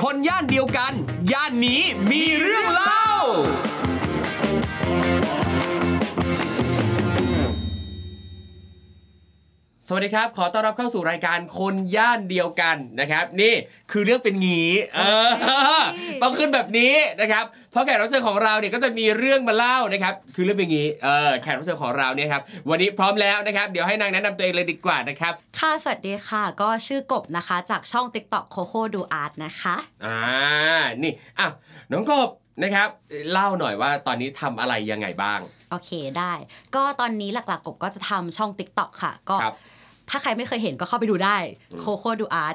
คนย่านเดียวกันย่านนี้มีเรื่องเล่าสวัสดีครับขอต้อนรับเข้าสู่รายการคนย่านเดียวกันนะครับนี่คือเรื่องเป็นงี้ต้องขึ้นแบบนี้นะครับเพราะแขกรับเชิญของเราเนี่ยก็จะมีเรื่องมาเล่านะครับคือเรื่องเป็นงี้แขกรับเชิญของเราเนี่ยครับวันนี้พร้อมแล้วนะครับเดี๋ยวให้นางแนะนำตัวเองเลยดีกว่านะครับค่ะสวัสดีค่ะก็ชื่อกบนะคะจากช่อง TikTok Coco Do Art นะคะนี่น้องกบนะครับเล่าหน่อยว่าตอนนี้ทำอะไรยังไงบ้างโอเคได้ก็ตอนนี้หลักๆกบก็จะทำช่อง TikTok ค่ะก็ถ้าใครไม่เคยเห็นก็เข้าไปดูได้ Coco Do Art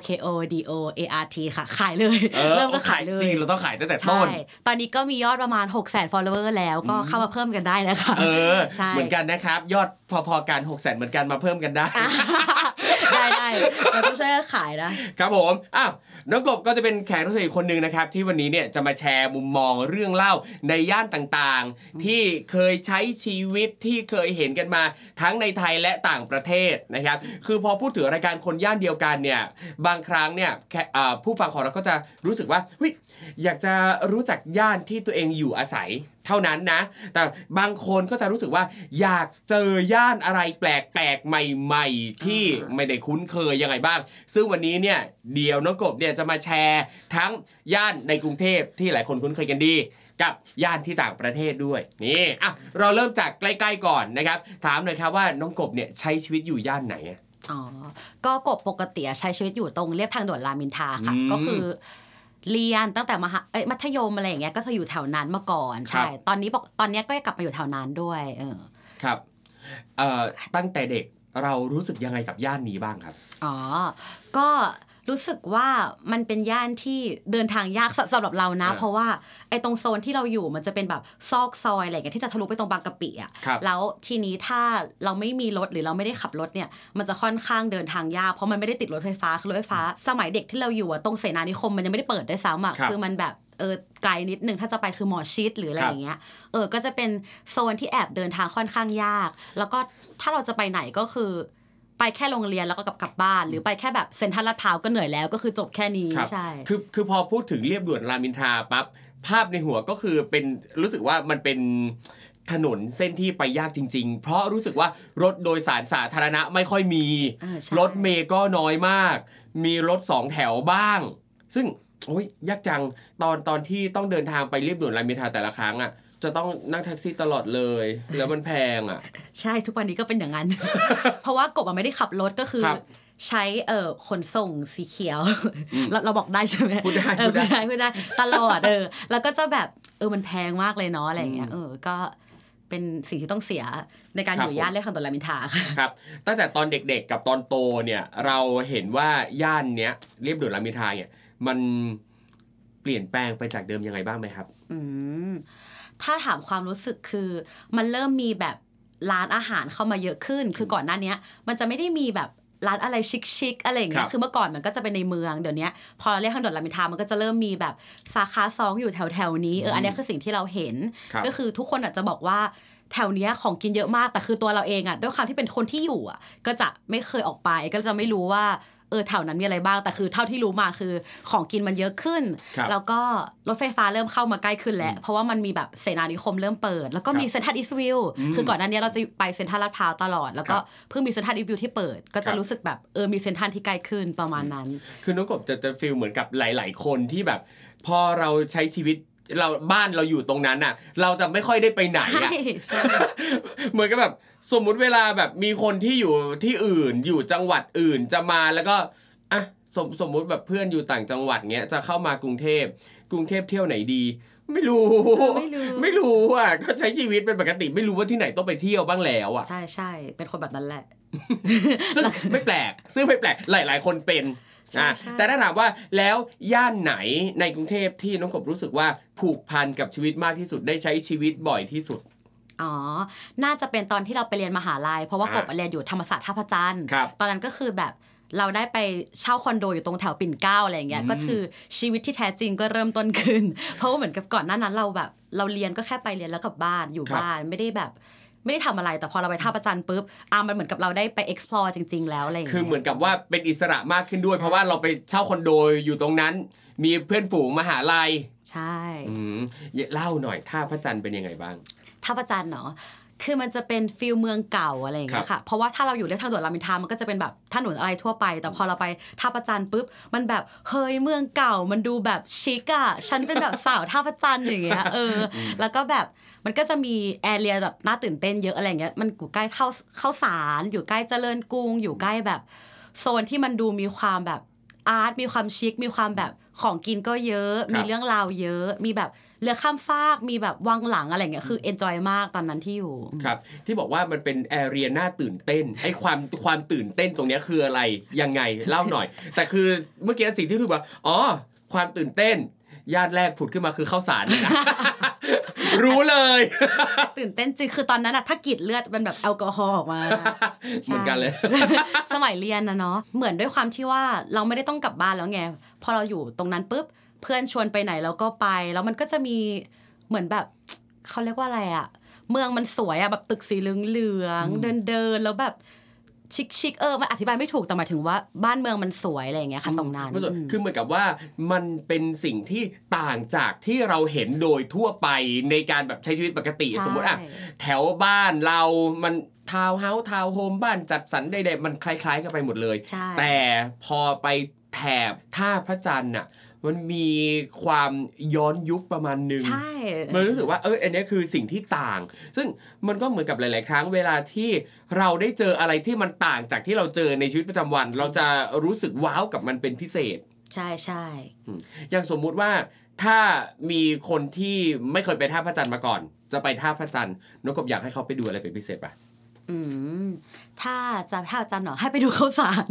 KOKODOART ค่ะขายเลยเริ่มก็ขายเลยจริงเราต้องขายตั้งแต่ต้นตอนนี้ก็มียอดประมาณ 600,000 follower แล้วก็เข้ามาเพิ่มกันได้นะคะเหมือนกันนะครับยอดพอๆกัน 600,000 เหมือนกันมาเพิ่มกันได้ได้เราต้องช่วยกันขายนะครับผมน้องกบก็จะเป็นแขกรับเชิญอีกคนนึงนะครับที่วันนี้เนี่ยจะมาแชร์มุมมองเรื่องเล่าในย่านต่างๆที่เคยใช้ชีวิตที่เคยเห็นกันมาทั้งในไทยและต่างประเทศนะครับคือพอพูดถึงรายการคนย่านเดียวกันเนี่ยบางครั้งเนี่ยผู้ฟังของเราก็จะรู้สึกว่าอยากจะรู้จักย่านที่ตัวเองอยู่อาศัยเท่านั้นนะแต่บางคนก็จะรู้สึกว่าอยากเจอย่านอะไรแปลกๆใหม่ๆที่ไม่ได้คุ้นเคยยังไงบ้างซึ่งวันนี้เนี่ยเดี๋ยวน้องกบเนี่ยจะมาแชร์ทั้งย่านในกรุงเทพที่หลายคนคุ้นเคยกันดีกับย่านที่ต่างประเทศด้วยนี่เราเริ่มจากใกล้ๆก่อนนะครับถามหน่อยครับว่าน้องกบเนี่ยใช้ชีวิตอยู่ย่านไหนก็กบปกติใช้ชีวิตอยู่ตรงเลียบทางด่วนรามอินทราค่ะก็คือเรียนตั้งแต่มัธยมอะไรอย่างเงี้ยก็จะอยู่แถวนั้นมาก่อนใช่ตอนนี้ก็กลับมาอยู่แถวนั้นด้วยครับตั้งแต่เด็กเรารู้สึกยังไงกับย่านนี้บ้างครับก็รู้สึกว่ามันเป็นย่านที่เดินทางยากสำหรับเรานะเพราะว่าไอ้ตรงโซนที่เราอยู่มันจะเป็นแบบซอกซอยอะไรอย่างเงี้ยที่จะทะลุไปตรงบางกะปิแล้วทีนี้ถ้าเราไม่มีรถหรือเราไม่ได้ขับรถเนี่ยมันจะค่อนข้างเดินทางยากเพราะมันไม่ได้ติดรถไฟฟ้าคือรถไฟฟ้าสมัยเด็กที่เราอยู่ตรงเสนานิคมมันยังไม่ได้เปิดได้ซ้ำคือมันแบบไกลนิดนึงถ้าจะไปคือหมอชิดหรืออะไรอย่างเงี้ยก็จะเป็นโซนที่แอบเดินทางค่อนข้างยากแล้วก็ถ้าเราจะไปไหนก็คือไปแค่โรงเรียนแล้วก็กลับบ้านหรือไปแค่แบบเซ็นทรัลลาดพร้าวก็เหนื่อยแล้วก็คือจบแค่นี้ใช่คือพอพูดถึงเรียบด่วนรามอินทราปั๊บภาพในหัวก็คือเป็นรู้สึกว่ามันเป็นถนนเส้นที่ไปยากจริงๆเพราะรู้สึกว่ารถโดยสารสาธารณะไม่ค่อยมีรถเมล์ก็น้อยมากมีรถ2แถวบ้างซึ่งยากจังตอนที่ต้องเดินทางไปเรียบด่วนรามอินทราแต่ละครั้งจะต้องนั่งแท็กซี่ตลอดเลยแล้วมันแพงใช่ทุกวันนี้ก็เป็นอย่างนั้น เพราะว่ากบไม่ได้ขับรถก็คือใช้ขนส่งสีเขียวเราบอกได้ใช่ไหมพูดได้ตลอดแล้วก็จะแบบมันแพงมากเลยเนาะอะไรอย่างเงี้ยก็เป็นสิ่งที่ต้องเสียในการอยู่ย่านเรียบทางด่วนรามอินทราค่ะครับตั้งแต่ตอนเด็กๆกับตอนโตเนี่ยเราเห็นว่าย่านเนี้ยเรียบด่วนรามอินทราเนี่ยมันเปลี่ยนแปลงไปจากเดิมยังไงบ้างไหมครับถ้าถามความรู้สึกคือมันเริ่มมีแบบร้านอาหารเข้ามาเยอะขึ้นคือก่อนหน้านี้มันจะไม่ได้มีแบบร้านอะไรชิคๆอะไรอย่างเงี้ยคือเมื่อก่อนมันก็จะเป็นในเมืองเดี๋ยวนี้พอเราเรียกทางด่วนรามอินทรามันก็จะเริ่มมีแบบสาขา2อยู่แถวๆนี้อันนี้คือสิ่งที่เราเห็นก็คือทุกคนอาจจะบอกว่าแถวนี้ของกินเยอะมากแต่คือตัวเราเองด้วยความที่เป็นคนที่อยู่ก็จะไม่เคยออกไปก็จะไม่รู้ว่าแถวนั้นมีอะไรบ้างแต่คือเท่าที่รู้มาคือของกินมันเยอะขึ้นแล้วก็รถไฟฟ้าเริ่มเข้ามาใกล้ขึ้นแล้วเพราะว่ามันมีแบบเสนานิคมเริ่มเปิดแล้วก็มีเซ็นทรัลอีสต์วิวคือก่อนหน้านี้เราจะไปเซ็นทรัลลาดพร้าวตลอดแล้วก็เพิ่งมีเซ็นทรัลอีสต์วิวที่เปิดก็จะรู้สึกแบบมีเซ็นทรัลที่ใกล้ขึ้นประมาณนั้นคือน้องกบจะฟีลเหมือนกับหลายๆคนที่แบบพอเราใช้ชีวิตบ้านเราอยู่ตรงนั้นเราจะไม่ค่อยได้ไปไหนเหมือนกับแบบสมมุติเวลาแบบมีคนที่อยู่ที่อื่นอยู่จังหวัดอื่นจะมาแล้วก็สมมุติแบบเพื่อนอยู่ต่างจังหวัดเงี้ยจะเข้ามากรุงเทพเที่ยวไหนดีไม่รู้ก็ใช้ชีวิตเป็นปกติไม่รู้ว่าที่ไหนต้องไปเที่ยวบ้างแล้วใช่เป็นคนแบบนั้นแหละซึ่งไม่แปลกหลายๆคนเป็นแต่ถ้าถามว่าแล้วย่านไหนในกรุงเทพที่น้องกบรู้สึกว่าผูกพันกับชีวิตมากที่สุดได้ใช้ชีวิตบ่อยที่สุดน่าจะเป็นตอนที่เราไปเรียนมหาลัยเพราะว่ากบเรียนอยู่ธรรมศาสตร์ท่าพระจันทร์ตอนนั้นก็คือแบบเราได้ไปเช่าคอนโดอยู่ตรงแถวปิ่นเกล้าอะไรอย่างเงี้ยก็คือชีวิตที่แท้จริงก็เริ่มต้นขึ้นเพราะว่าเหมือนกับก่อนหน้านั้นเราแบบเราเรียนก็แค่ไปเรียนแล้วกลับบ้านอยู่บ้านไม่ได้แบบไม่ได้ทำอะไรแต่พอเราไปท่าพระจันทร์ปุ๊บมันเหมือนกับเราได้ไป explore จริงๆแล้วอะไรอย่างเงี้ยคือเหมือนกับว่าเป็นอิสระมากขึ้นด้วยเพราะว่าเราไปเช่าคอนโดอยู่ตรงนั้นมีเพื่อนฝูงมหาลัยใช่เล่าหน่อยท่าพระจันทร์เป็นยังไงบ้างท่าพระจันทร์เนาะคือมันจะเป็นฟีลเมืองเก่าอะไรอย่างเงี้ยค่ะเพราะว่าถ้าเราอยู่เรียบทางด่วนรามอินทรามันก็จะเป็นแบบถนนอะไรทั่วไปแต่พอเราไปท่าพระจันทร์ปุ๊บมันแบบเฮ้ยเมืองเก่ามันดูแบบชิคอ่ะฉันเป็นแบบสาวท่าพระจันทร์อย่างเงี้ยแล้วก็แบบมันก็จะมีแอเรียแบบน่าตื่นเต้นเยอะอะไรอย่างเงี้ยมันอยู่ใกล้ข้าวสารอยู่ใกล้เจริญกรุงอยู่ใกล้แบบโซนที่มันดูมีความแบบอาร์ตมีความชิคมีความแบบของกินก็เยอะมีเรื่องราวเยอะมีแบบเรือข้ามฟากมีแบบวังหลังอะไรเงี้ยคือเอนจอยมากตอนนั้นที่อยู่ครับที่บอกว่ามันเป็นแอเรียน่าตื่นเต้นไอ้ความตื่นเต้นตรงนี้คืออะไรยังไงเล่าหน่อยแต่คือเมื่อกี้สิ่งที่รู้ว่าความตื่นเต้นญาติแรกผุดขึ้นมาคือข้าวสารนะ รู้เลยตื่นเต้นจริงคือตอนนั้นถ้ากรีดเลือดเป็นแบบแอลกอฮอล์ออกมาเหมือนกันเลยสมัยเรียนนะเนาะเหมือนด้วยความที่ว่าเราไม่ได้ต้องกลับบ้านแล้วไงพอเราอยู่ตรงนั้นปุ๊บเพื่อนชวนไปไหนเราก็ไปแล้วมันก็จะมีเหมือนแบบเขาเรียกว่าอะไรอ่ะเมืองมันสวยอ่ะแบบตึกสีเหลืองๆเดินแล้วแบบชิคมันอธิบายไม่ถูกแต่หมายถึงว่าบ้านเมืองมันสวยอะไรอย่างเงี้ยค่ะตรงนั้นคือเหมือนกับว่ามันเป็นสิ่งที่ต่างจากที่เราเห็นโดยทั่วไปในการแบบใช้ชีวิตปกติสมมติแถวบ้านเรามันทาวน์เฮาส์ทาวน์โฮมบ้านจัดสรรใดๆมันคล้ายๆกันไปหมดเลยแต่พอไปแถบท่าพระจันทร์น่ะมันมีความย้อนยุคประมาณนึงมันรู้สึกว่าอันนี้คือสิ่งที่ต่างซึ่งมันก็เหมือนกับหลายๆครั้งเวลาที่เราได้เจออะไรที่มันต่างจากที่เราเจอในชีวิตประจำวันเราจะรู้สึกว้าวกับมันเป็นพิเศษใช่ใช่อย่างสมมุติว่าถ้ามีคนที่ไม่เคยไปท่าพระจันทร์มาก่อนจะไปท่าพระจันทร์นกกบอยากให้เขาไปดูอะไรเป็นพิเศษป่ะถ้าจะท่าจันเหรอให้ไปดูข้าวสาร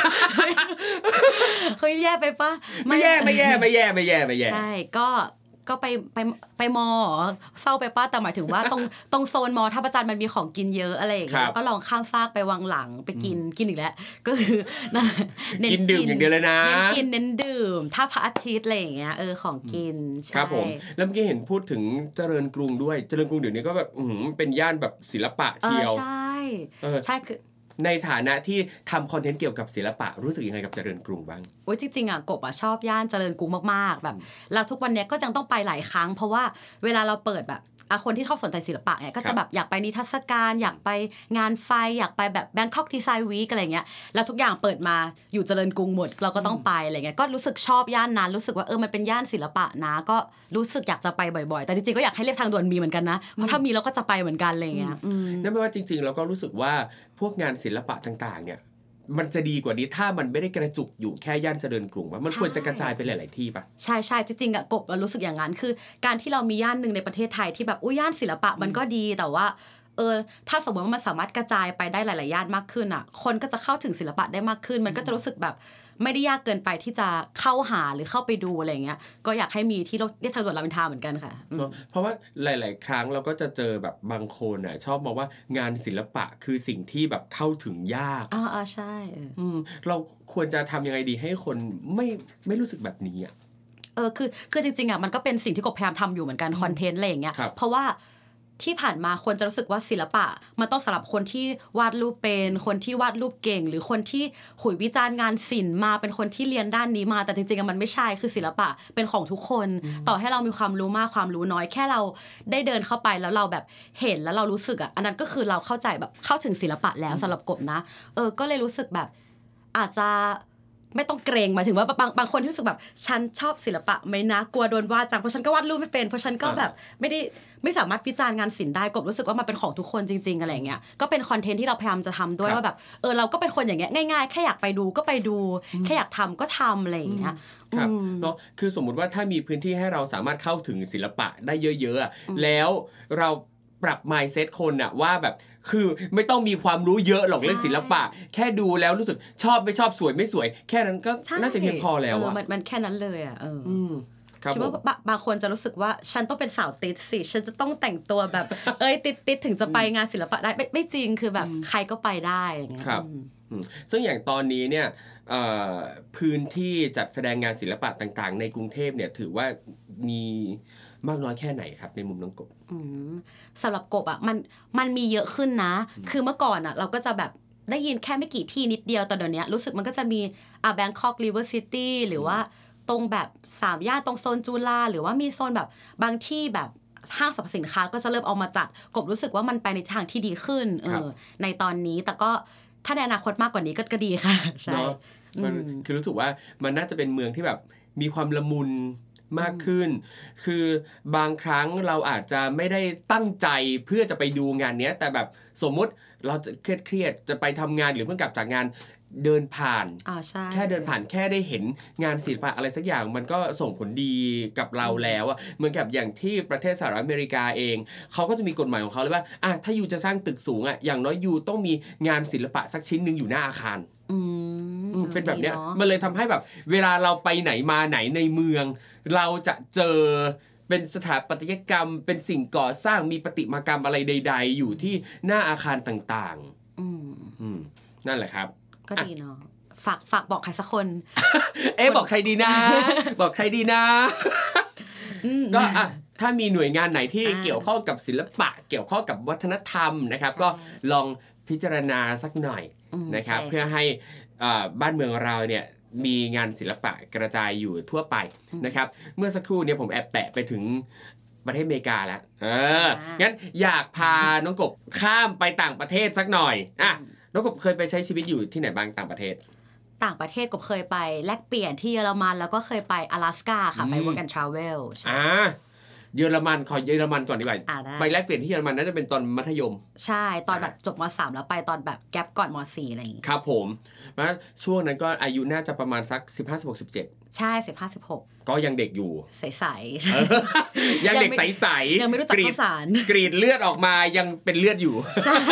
เฮ้ยแย่ไปปะไม่แย่ใช่ก็ไปมอเศร้าไปป้าแต่หมายถึงว่าตรงโซนมอท่าพระจันทร์มันมีของกินเยอะอะไรอย่างเงี้ยก็ลองข้ามฟากไปวังหลังไปกินอีกแล้วก็คือกินดื่มอย่างเดียวเลยนะเน้นดื่มถ้าพระอาทิตย์อะไรอย่างเงี้ยของกินครับผมแล้วเมื่อกี้เห็นพูดถึงเจริญกรุงด้วยเจริญกรุงเดี๋ยวนี้ก็แบบเป็นย่านแบบศิลปะเชียวใช่คือในฐานะที่ทำคอนเทนต์เกี่ยวกับศิลปะรู้สึกยังไงกับเจริญกรุงบ้างโอ้ยจริงๆกบชอบย่านเจริญกรุงมากๆแบบเราทุกวันนี้ก็ยังต้องไปหลายครั้งเพราะว่าเวลาเราเปิดแบบคนที่ชอบสนใจศิลปะเนี่ยก็จะแบบอยากไปนิทรรศการอยากไปงานไฟอยากไปแบบ Bangkok Design Week อะไรเงี้ยแล้วทุกอย่างเปิดมาอยู่เจริญกรุงหมดเราก็ต้องไปอะไรเงี้ยก็รู้สึกชอบย่านนั้นรู้สึกว่ามันเป็นย่านศิลปะนะก็รู้สึกอยากจะไปบ่อยๆแต่จริงๆก็อยากให้เรียบทางด่วนมีเหมือนกันนะเพราะถ้ามีเราก็จะไปเหมือนกันอะไรเงี้ยนั่นแปลว่าจริงๆเราก็รู้สึกว่าพวกงานศิลปะต่างๆเนี่ยมันจะดีกว่านี้ถ้ามันไม่ได้กระจุกอยู่แค่ย่านเจริญกรุงว่ามันควรจะกระจายไปหลายๆที่ป่ะใช่ๆจริงๆกบรู้สึกอย่างนั้นคือการที่เรามีย่านนึงในประเทศไทยที่แบบย่านศิลปะมันก็ดีแต่ว่าถ้าสมมติว่ามันสามารถกระจายไปได้หลายๆย่านมากขึ้นคนก็จะเข้าถึงศิลปะได้มากขึ้นมันก็จะรู้สึกแบบไม่ได้ยากเกินไปที่จะเข้าหาหรือเข้าไปดูอะไรอย่างเงี้ยก็อยากให้มีที่เรียบทางด่วนรามอินทราเหมือนกันค่ะเพราะว่าหลายๆครั้งเราก็จะเจอแบบบางคนชอบมองว่างานศิลปะคือสิ่งที่แบบเข้าถึงยากใช่เราควรจะทำยังไงดีให้คนไม่รู้สึกแบบนี้คือจริงๆมันก็เป็นสิ่งที่กบพยายามทำอยู่เหมือนกันคอนเทนต์อะไรอย่างเงี้ยเพราะว่าที่ผ่านมาคนจะรู้สึกว่าศิลปะมันต้องสำหรับคนที่วาดรูปเป็นคนที่วาดรูปเก่งหรือคนที่วิจารณ์งานศิลป์มาเป็นคนที่เรียนด้านนี้มาแต่จริงๆมันไม่ใช่คือศิลปะเป็นของทุกคนต่อให้เรามีความรู้มากความรู้น้อยแค่เราได้เดินเข้าไปแล้วเราแบบเห็นแล้วเรารู้สึกอันนั้นก็คือเราเข้าใจแบบเข้าถึงศิลปะแล้วสำหรับกบนะก็เลยรู้สึกแบบอาจจะไม่ต้องเกรงหมายถึงว่าบางคนที่รู้สึกแบบฉันชอบศิลปะไหมนะกลัวโดนว่าจังเพราะฉันก็วาดรูปไม่เป็นเพราะฉันก็แบบไม่สามารถวิจารณ์งานศิลป์ได้กบรู้สึกว่ามันเป็นของทุกคนจริงๆอะไรอย่างเงี้ยก็เป็นคอนเทนต์ที่เราพยายามจะทำด้วยว่าแบบเราก็เป็นคนอย่างเงี้ยง่ายๆแค่อยากไปดูก็ไปดูแค่อยากทำก็ทำอะไรอย่างเงี้ยครับเนาะคือสมมุติว่าถ้ามีพื้นที่ให้เราสามารถเข้าถึงศิลปะได้เยอะๆแล้วเราปรับ mindset คนว่าแบบคือไม่ต้องมีความรู้เยอะหรอกเรื่องศิลปะแค่ดูแล้วรู้สึกชอบไม่ชอบสวยไม่สวยแค่นั้นก็น่าจะเพียงพอแล้วมันแค่นั้นเลยคิดว่าบางคนจะรู้สึกว่าฉันต้องเป็นสาวติดสิฉันจะต้องแต่งตัวแบบติดถึงจะไปงานศิลปะได้ไม่จริงคือแบบใครก็ไปได้อย่างเงี้ยครับซึ่งอย่างตอนนี้เนี่ยพื้นที่จัดแสดงงานศิลปะต่างๆในกรุงเทพเนี่ยถือว่ามีมากน้อยแค่ไหนครับในมุมน้องกบสำหรับกบอ่ะมันมีเยอะขึ้นนะคือเมื่อก่อนอ่ะเราก็จะแบบได้ยินแค่ไม่กี่ที่นิดเดียวแต่เดี๋ยวนี้รู้สึกมันก็จะมีBangkok River City หรือว่าตรงแบบ3ย่านตรงโซนจุฬาหรือว่ามีโซนแบบบางที่แบบห้างสรรพสินค้าก็จะเริ่มเอามาจัดกบรู้สึกว่ามันไปในทางที่ดีขึ้นในตอนนี้แต่ก็ถ้าในอนาคตมากกว่านี้ก็ดีค่ะใช่มันคือรู้สึกว่ามันน่าจะเป็นเมืองที่แบบมีความละมุนมากขึ้นคือบางครั้งเราอาจจะไม่ได้ตั้งใจเพื่อจะไปดูงานนี้แต่แบบสมมุติเราจะเครียดจะไปทำงานหรือเพิ่งกลับจากงานเดินผ่านแค่เดินผ่านแค่ได้เห็นงานศิลปะอะไรสักอย่างมันก็ส่งผลดีกับเราแล้วอ่ะเหมือนกับอย่างที่ประเทศสหรัฐอเมริกาเองเขาก็จะมีกฎหมายของเขาเลยว่าถ้ายูจะสร้างตึกสูงอ่ะอย่างน้อยยูต้องมีงานศิลปะสักชิ้นนึงอยู่หน้าอาคารเป็นแบบเนี้ยมันเลยทำให้แบบเวลาเราไปไหนมาไหนในเมืองเราจะเจอเป็นสถาปัตยกรรมเป็นสิ่งก่อสร้างมีประติมากรรมอะไรใดๆอยู่ที่หน้าอาคารต่างๆนั่นแหละครับก็ดีเนาะฝากบอกใครสักคนบอกใครดีนะ บอกใครดีนะก็ถ้ามีหน่วยงานไหนที่เกี่ยวข้องกับศิลปะเกี่ยวข้องกับวัฒนธรรมนะครับก็ลองพิจารณาสักหน่อยนะครับเพื่อให้บ้านเมืองเราเนี่ยมีงานศิลปะกระจายอยู่ทั่วไปนะครับเมื่อสักครู่เนี่ยผมแอบแตะไปถึงประเทศอเมริกาแล้วงั้นอยากพาน้องกบข้ามไปต่างประเทศสักหน่อยน้องกบเคยไปใช้ชีวิตอยู่ที่ไหนบ้างต่างประเทศกบเคยไปแลกเปลี่ยนที่เยอรมันแล้วก็เคยไป阿拉斯ก้าค่ะไป work and travel เยอรมันขอเยอรมันก่อนดีกว่าไปแลกเปลี่ยนที่เยอรมันน่าจะเป็นตอนมัธยมใช่ตอนแบบจบม.3 แล้วไปตอนแบบแกปก่อนม.4 อะไรอย่างงี้ครับผมแล้วช่วงนั้นก็อายุน่าจะประมาณสัก15 16 17 ใช่15 16 ก็ยังเด็กอยู่ใสๆยังเด็กใสๆยังไม่รู้จักข้าวสารกรีดเลือดออกมายังเป็นเลือดอยู่ใช่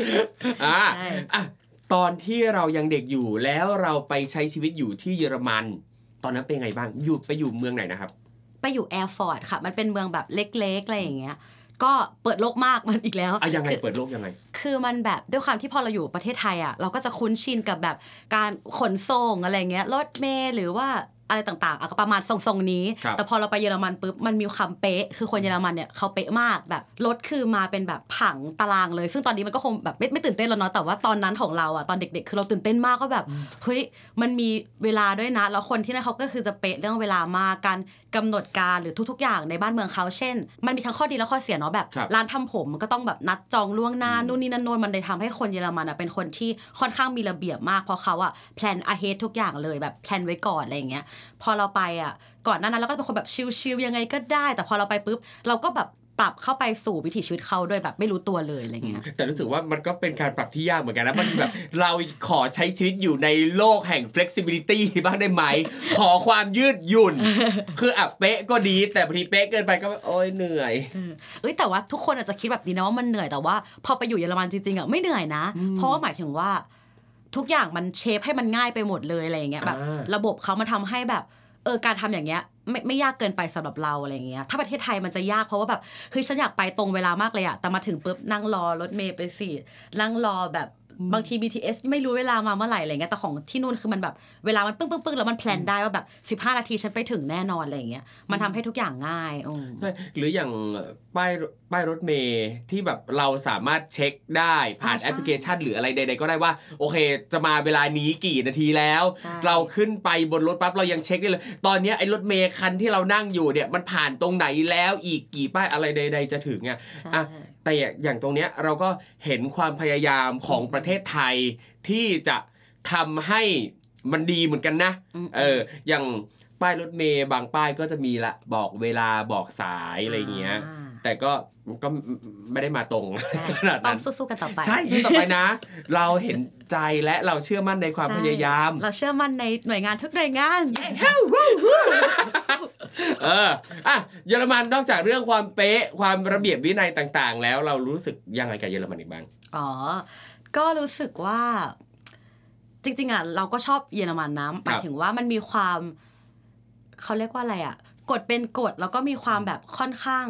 ตอนที่เรายังเด็กอยู่แล้วเราไปใช้ชีวิตอยู่ที่เยอรมันตอนนั้นเป็นไงบ้างไปอยู่เมืองไหนนะครับไปอยู่แอร์ฟอร์ดค่ะมันเป็นเมืองแบบเล็กๆอะไรอย่างเงี้ยก็เปิดโลกมากมันอีกแล้วยังไงเปิดโลกยังไงคือมันแบบด้วยความที่พอเราอยู่ประเทศไทยเราก็จะคุ้นชินกับแบบการขนส่งอะไรเงี้ยรถเมล์หรือว่าอะไรต่างๆก็ประมาณทรงๆนี้แต่พอเราไปเยอรมันปุ๊บมันมีความเป๊ะคือคนเยอรมันเนี่ยเขาเป๊ะมากแบบรถคือมาเป็นแบบผังตารางเลยซึ่งตอนนี้มันก็คงแบบไม่ตื่นเต้นแล้วเนาะแต่ว่าตอนนั้นของเราตอนเด็กๆคือเราตื่นเต้นมากก็แบบเฮ้ยมันมีเวลาด้วยนะแล้วคนที่นั่นเขาก็คือจะเป๊ะเรื่องเวลามากการกำหนดการหรือทุกๆอย่างในบ้านเมืองเขาเช่นมันมีทั้งข้อดีและข้อเสียเนาะแบบร้านทำผมมันก็ต้องแบบนัดจองล่วงหน้านู่นนี่นั่นโน่นมันเลยทำให้คนเยอรมันเป็นคนที่ค่อนข้างมีระเบียบมากเพราะเขาแพลน ahead ทุกอย่างเลยแบบแพลนไว้ก่อนอะไรอย่างเงี้ยพอเราไปก่อนหน้านั้นเราก็เป็นคนแบบชิลๆยังไงก็ได้แต่พอเราไปปุ๊บเราก็แบบปรับเข้าไปสู่วิถีชีวิตเขาโดยแบบไม่รู้ตัวเลยอะไรเงี้ยแต่รู้สึกว่ามันก็เป็นการปรับที่ยากเหมือนกันนะมันแบบเราขอใช้ชีวิตอยู่ในโลกแห่ง flexibility บ้างได้ไหม ขอความยืดหยุ่นคือเป๊ะก็ดีแต่บางทีเป๊ะเกินไปก็โอ๊ยเหนื่อยแต่ว่าทุกคนอาจจะคิดแบบนี้นะว่ามันเหนื่อยแต่ว่าพอไปอยู่เยอรมันจริงๆไม่เหนื่อยนะเพราะว่าหมายถึงว่าทุกอย่างมันเชฟให้มันง่ายไปหมดเลยอะไรอย่างเงี้ยแบบระบบเขามาทำให้แบบการทำอย่างเงี้ยไม่ยากเกินไปสำหรับเราอะไรอย่างเงี้ยถ้าประเทศไทยมันจะยากเพราะว่าแบบเฮ้ยฉันอยากไปตรงเวลามากเลยแต่มาถึงปุ๊บนั่งรอรถเมล์ไปสินั่งรอแบบบางที BTS ไม่รู้เวลามาเมื่อไหร่อะไรเงี้ยแต่ของที่นู่นคือมันแบบเวลามันปึ้งๆแล้วมันแพลนได้ว่าแบบ15นาทีฉันไปถึงแน่นอนอะไรอย่างเงี้ยมันทำให้ทุกอย่างง่ายใช่หรืออย่างป้ายรถเมล์ที่แบบเราสามารถเช็คได้ผ่านแอปพลิเคชันหรืออะไรใดๆก็ได้ว่าโอเคจะมาเวลานี้กี่นาทีแล้วเราขึ้นไปบนรถปั๊บเรายังเช็คได้เลยตอนนี้ไอ้รถเมล์คันที่เรานั่งอยู่เนี่ยมันผ่านตรงไหนแล้วอีกกี่ป้ายอะไรใดๆจะถึงแต่อย่างตรงเนี้ยเราก็เห็นความพยายามของประเทศไทยที่จะทำให้มันดีเหมือนกันนะอย่างป้ายรถเมล์บางป้ายก็จะมีละบอกเวลาบอกสายอะไรเงี้ยแต่ก็ไม่ได้มาตรงขนาดนั้นต้องสู้ๆกันต่อไปใช่สู้ต่อไปนะเราเห็นใจและเราเชื่อมั่นในความพยายามเราเชื่อมั่นในหน่วยงานทุกหน่วยงานเยอรมันนอกจากเรื่องความเป๊ะความระเบียบวินัยต่างๆแล้วเรารู้สึกยังไงกับเยอรมันอีกบ้างก็รู้สึกว่าจริงๆเราก็ชอบเยอรมันนะหมายถึงว่ามันมีความเขาเรียกว่าอะไรกฎเป็นกฎแล้วก็มีความแบบค่อนข้าง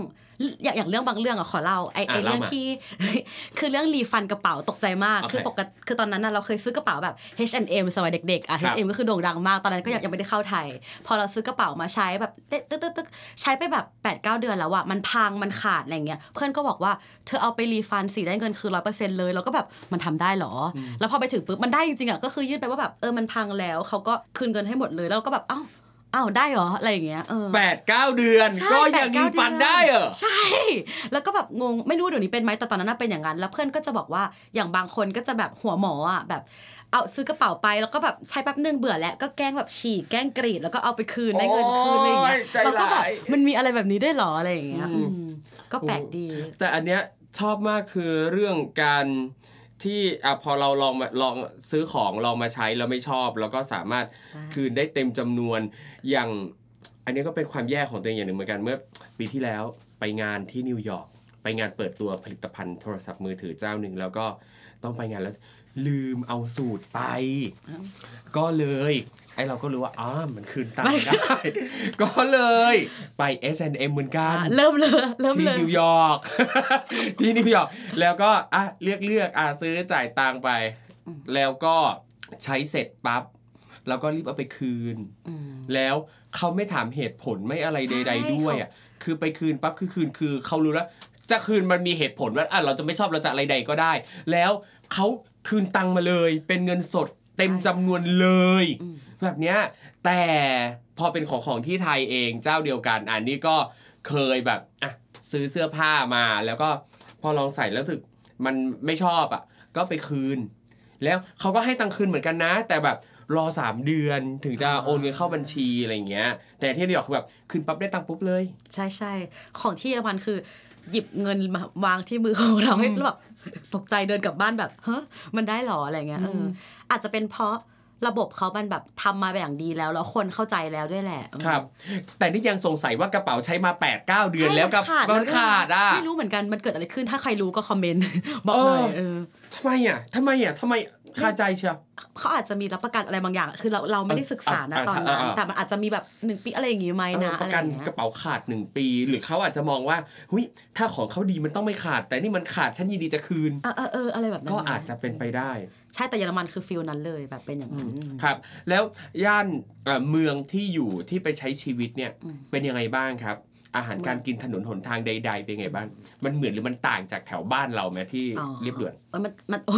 อย่างเรื่องบางเรื่องขอเล่าไอ้เรื่องที่ คือเรื่องรีฟันกระเป๋าตกใจมากคือปกติคือตอนนั้นเราเคยซื้อกระเป๋าแบบ H&M สมัยเด็กๆH&M ก็คือโด่งดังมากตอนนั้นก็ยังไม่ได้เข้าไทยพอเราซื้อกระเป๋ามาใช้แบบตึ๊กใช้ไปแบบ 8-9 เดือนแล้วมันพังมันขาดอะไรเงี้ยเพื่อนก็บอกว่าเธอเอาไปรีฟันสิได้เงินคือ 100% เลยแล้วก็แบบมันทำได้หรอแล้วพอไปถึงปุ๊บมันได้จริงๆก็คือยื่นไปว่าแบบมันพังแล้วเขาก็คืนเงินให้หมดเลยแล้วก็แบบอ้าวได้เหรออะไรอย่างเงี้ย 8-9 เดือนก็ยังรีฟันได้เหรอใช่แล้วก็แบบงงไม่รู้เดี๋ยวนี้เป็นไหมแต่ตอนนั้นเป็นอย่างนั้นแล้วเพื่อนก็จะบอกว่าอย่างบางคนก็จะแบบหัวหมอแบบเอาซื้อกระเป๋าไปแล้วก็แบบใช้แป๊บนึงเบื่อแล้วก็แกล้งแบบฉีกแกล้งกรีดแล้วก็เอาไปคืนได้เงินคืนอะไรอย่างเงี้ยแล้วก็แบบมันมีอะไรแบบนี้ได้หรออะไรอย่างเงี้ยก็แปลกดีแต่อันเนี้ยชอบมากคือเรื่องการที่พอเราลองซื้อของลองมาใช้แล้วไม่ชอบแล้วก็สามารถคืนได้เต็มจำนวนอย่างอันนี้ก็เป็นความแย่ของตัวเองอย่างหนึ่งเหมือนกันเมื่อปีที่แล้วไปงานที่นิวยอร์กไปงานเปิดตัวผลิตภัณฑ์โทรศัพท์มือถือเจ้าหนึ่งแล้วก็ต้องไปงานแล้วลืมเอาสูตรไปก็เลยเราก็รู้ว่ามันคืนตังค์ได้ก็เลยไป H&M เหมือนกันเริ่มเลยที่นิวยอร์กที่นิวยอร์กแล้วก็เลือกซื้อจ่ายตังค์ไปแล้วก็ใช้เสร็จปั๊บแล้วก็รีบเอาไปคืนแล้วเขาไม่ถามเหตุผลไม่อะไรใดๆด้วยคือไปคืนปั๊บคือเขารู้แล้วจะคืนมันมีเหตุผลว่าเราจะไม่ชอบเราจะอะไรใดก็ได้แล้วเขาคืนตังค์มาเลยเป็นเงินสดเต็มจำนวนเลยแบบเนี้ยแต่พอเป็นของที่ไทยเองเจ้าเดียวกันอันนี้ก็เคยแบบซื้อเสื้อผ้ามาแล้วก็พอลองใส่แล้วถึกมันไม่ชอบก็ไปคืนแล้วเขาก็ให้ตังค์คืนเหมือนกันนะแต่แบบรอ3 เดือนถึงจะโอนเงินเข้าบัญชีอะไรอย่างเงี้ยแต่ที่นิวยอร์กคือแบบคืนปั๊บได้ตังค์ปุ๊บเลยใช่ๆของที่เยอรมันคือหยิบเงินมาวางที่มือของเราให้แบบตกใจเดินกลับบ้านแบบเฮ้ยมันได้หรออะไรเงี้ยอาจจะเป็นเพราะระบบเขามันแบบทำมาอย่างดีแล้วคนเข้าใจแล้วด้วยแหละครับแต่นี่ยังสงสัยว่ากระเป๋าใช้มา 8-9 เดือนแล้วกับมันขาดไม่รู้เหมือนกันมันเกิดอะไรขึ้นถ้าใครรู้ก็คอมเมนต์บอกหน่อยทำไมคาใจเชียวเขาอาจจะมีรับประกันอะไรบางอย่างคือเราไม่ได้ศึกษานะตอนนั้นแต่มันอาจจะมีแบบ1 ปีอะไรอย่างงี้ไหมนะประกันกระเป๋าขาด1 ปีหรือเขาอาจจะมองว่าหุ้ยถ้าของเขาดีมันต้องไม่ขาดแต่นี่มันขาดฉันยินดีจะคืนอะไรแบบนั้นก็อาจจะเป็นไปได้ใช่แต่เยอรมันคือฟีลนั้นเลยแบบเป็นอย่างนั้นครับแล้วย่านเมืองที่อยู่ที่ไปใช้ชีวิตเนี่ยเป็นยังไงบ้างครับอาหารการกินถนนหนทางใดๆเป็นไงบ้างมันเหมือนหรือมันต่างจากแถวบ้านเราไหมที่เรียบด่วนมันโอ้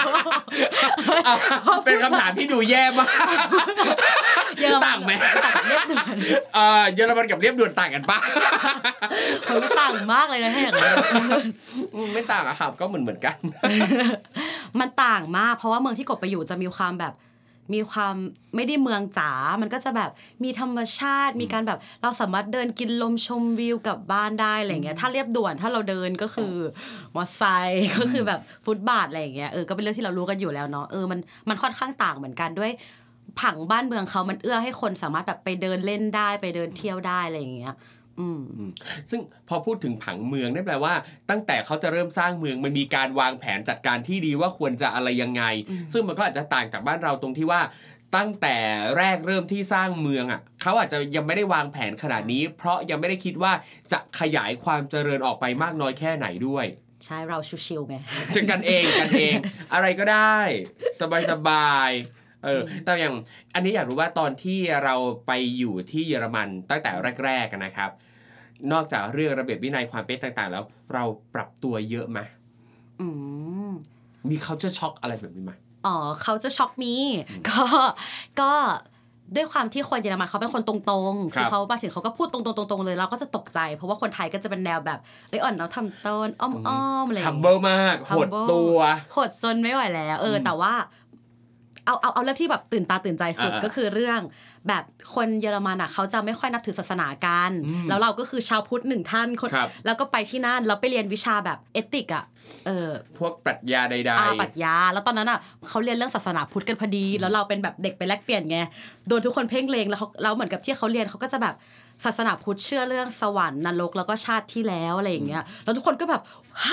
เป็นคำถามที่ดูแย่มากต่างไหมเรียบด่วนเยอรมันกับเรียบด่วนต่างกันปะมันต่างมากเลยนะให้อย่างนั้นไม่ต่างอะครับก็เหมือนกันมันต่างมากเพราะว่าเมืองที่กบไปอยู่จะมีความไม่ได้เมืองจ๋ามันก็จะแบบมีธรรมชาติมีการแบบเราสามารถเดินกินลมชมวิวกลับบ้านได้อะไรเงี้ยถ้าเรียบด่วนถ้าเราเดินก็คือมอเตอร์ไซค์ก็คือแบบฟุตบาทอะไรเงี้ยก็เป็นเรื่องที่เรารู้กันอยู่แล้วเนาะมันค่อนข้างต่างเหมือนกันด้วยผังบ้านเมืองเขามันเอื้อให้คนสามารถแบบไปเดินเล่นได้ไปเดินเที่ยวได้อะไรอย่างเงี้ยซึ่งพอพูดถึงผังเมืองนั่นแปลว่าตั้งแต่เขาจะเริ่มสร้างเมืองมันมีการวางแผนจัดการที่ดีว่าควรจะอะไรยังไงซึ่งมันก็อาจจะต่างจากบ้านเราตรงที่ว่าตั้งแต่แรกเริ่มที่สร้างเมืองเขาอาจจะยังไม่ได้วางแผนขนาดนี้เพราะยังไม่ได้คิดว่าจะขยายความเจริญออกไปมากน้อยแค่ไหนด้วยใช่เราชิวๆไงจะกันเองอะไรก็ได้สบายแต่อย่างอันนี้อยากรู้ว่าตอนที่เราไปอยู่ที่เยอรมันตั้งแต่แรกๆนะครับนอกจากเรื่องระเบียบวินัยความเป็นต่างๆแล้วเราปรับตัวเยอะไหมมีเขาจะช็อกอะไรแบบนี้ไหมเขาจะช็อกมีก็ด้วยความที่คนเยอรมันเขาเป็นคนตรงๆคือเขามาถึงเขาก็พูดตรงๆเลยเราก็จะตกใจเพราะว่าคนไทยก็จะเป็นแนวแบบอ่อนน้อมถ่อมตนอ้อมๆอะไรอย่างเงี้ย humble มากหดตัวหดจนไม่ไหวแล้วแต่ว่าเอาเรื่องที่แบบตื่นตาตื่นใจสุดก็คือเรื่องแบบคนเยอรมันเขาจะไม่ค่อยนับถือศาสนากันแล้วเราก็คือชาวพุทธ1 ท่านแล้วก็ไปที่นั่นเราไปเรียนวิชาแบบเอติกพวกปรัชญาใดๆปรัชญาแล้วตอนนั้นเขาเรียนเรื่องศาสนาพุทธกันพอดีแล้วเราเป็นแบบเด็กไปแลกเปลี่ยนไงโดนทุกคนเพ่งเลงแล้วเหมือนกับที่เขาเรียนเขาก็จะแบบศาสนาพุทธเชื่อเรื่องสวรรค์นรกแล้วก็ชาติที่แล้วอะไรอย่างเงี้ยแล้วทุกคนก็แบบฮะ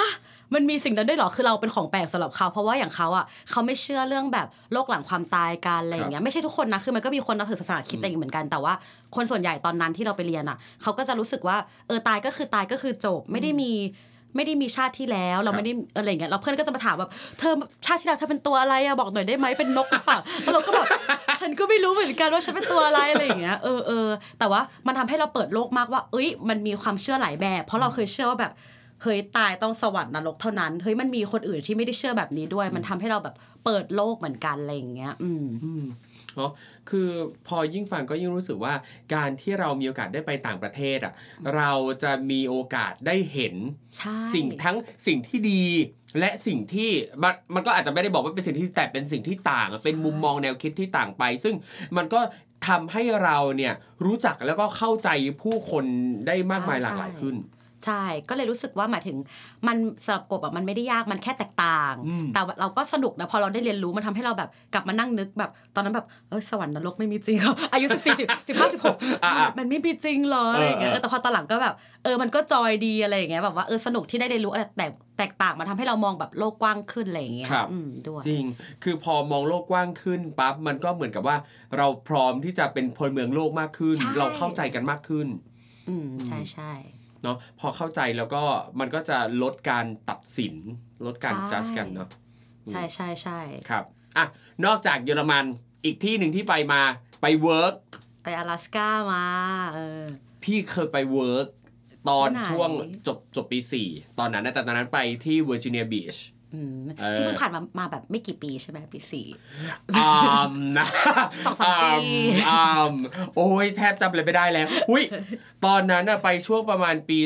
มันมีสิ่งนั้นด้วยเหรอคือเราเป็นของแปลกสำหรับเขาเพราะว่าอย่างเขาอ่ะเขาไม่เชื่อเรื่องแบบโลกหลังความตายกันอะไรอย่างเงี้ยไม่ใช่ทุกคนนะคือมันก็มีคนนับถือศาสนาคริสต์เหมือนกันแต่ว่าคนส่วนใหญ่ตอนนั้นที่เราไปเรียนอ่ะเขาก็จะรู้สึกว่าตายก็คือตายก็คือจบไม่ได้มีชาติที่แล้วเราไม่ได้อะไรอย่างเงี้ยเราเพื่อนก็จะมาถามแบบเธอชาติที่แล้วเธอเป็นตัวอะไรอะบอกหน่อยได้ไหมเป็นนกหรือเปล่าแล้วเราก็แบบฉันก็ไม่รู้เหมือนกันว่าฉันเป็นตัวอะไรอะไรอย่างเงี้ยแต่ว่ามันทำให้เราเปิดโลกมากว่ามันมีความเชื่อหลายแบบเพราะเราเคยเชื่อว่าแบบเฮ้ยตายต้องสวรรค์นรกเท่านั้นเฮ้ยมันมีคนอื่นที่ไม่ได้เชื่อแบบนี้ด้วยมันทำให้เราแบบเปิดโลกเหมือนกันอะไรอย่างเงี้ยเนาะคือพอยิ่งฟังก็ยิ่งรู้สึกว่าการที่เรามีโอกาสได้ไปต่างประเทศอ่ะเราจะมีโอกาสได้เห็นสิ่งที่ดีและสิ่งที่มันก็อาจจะไม่ได้บอกว่าเป็นสิ่งที่แต่เป็นสิ่งที่ต่างเป็นมุมมองแนวคิดที่ต่างไปซึ่งมันก็ทำให้เราเนี่ยรู้จักแล้วก็เข้าใจผู้คนได้มากมายหลากหลายขึ้นใช่ก็เลยรู้สึกว่าหมายถึงมันสำหรับกบมันไม่ได้ยากมันแค่แตกต่างแต่เราก็สนุกนะพอเราได้เรียนรู้มันทำให้เราแบบกลับมานั่งนึกแบบตอนนั้นแบบสวรรค์นรกไม่มีจริงอายุ14 15 16มันไม่มีจริงเลยอย่างเงี้ยแต่พอตอนหลังก็แบบมันก็จอยดีอะไรอย่างเงี้ยแบบว่าสนุกที่ได้เรียนรู้อะไรแตกต่างมาทำให้เรามองแบบโลกกว้างขึ้นอะไรอย่างเงี้ยด้วยจริงคือพอมองโลกกว้างขึ้นปั๊บมันก็เหมือนกับว่าเราพร้อมที่จะเป็นพลเมืองโลกมากขึ้นเราเข้าใจกันมากขึ้นใช่เนาะพอเข้าใจแล้วก็มันก็จะลดการตัดสินลดการจัดกันเนาะใช่ครับอ่ะนอกจากเยอรมันอีกที่หนึ่งที่ไปเวิร์กไป阿拉斯ก้ามาพี่เคยไปเวิร์กตอนช่วงจบปี4ตอนนั้นนะแต่ตอนนั้นไปที่เวอร์จิเนียบีชที่เพิ่งผ่านมาแบบไม่กี่ปีใช่ไหมปี4 นะ 2-3 ปีโอ้ยแทบจำเลยไม่ได้แล้วอุ้ยตอนนั้นไปช่วงประมาณปี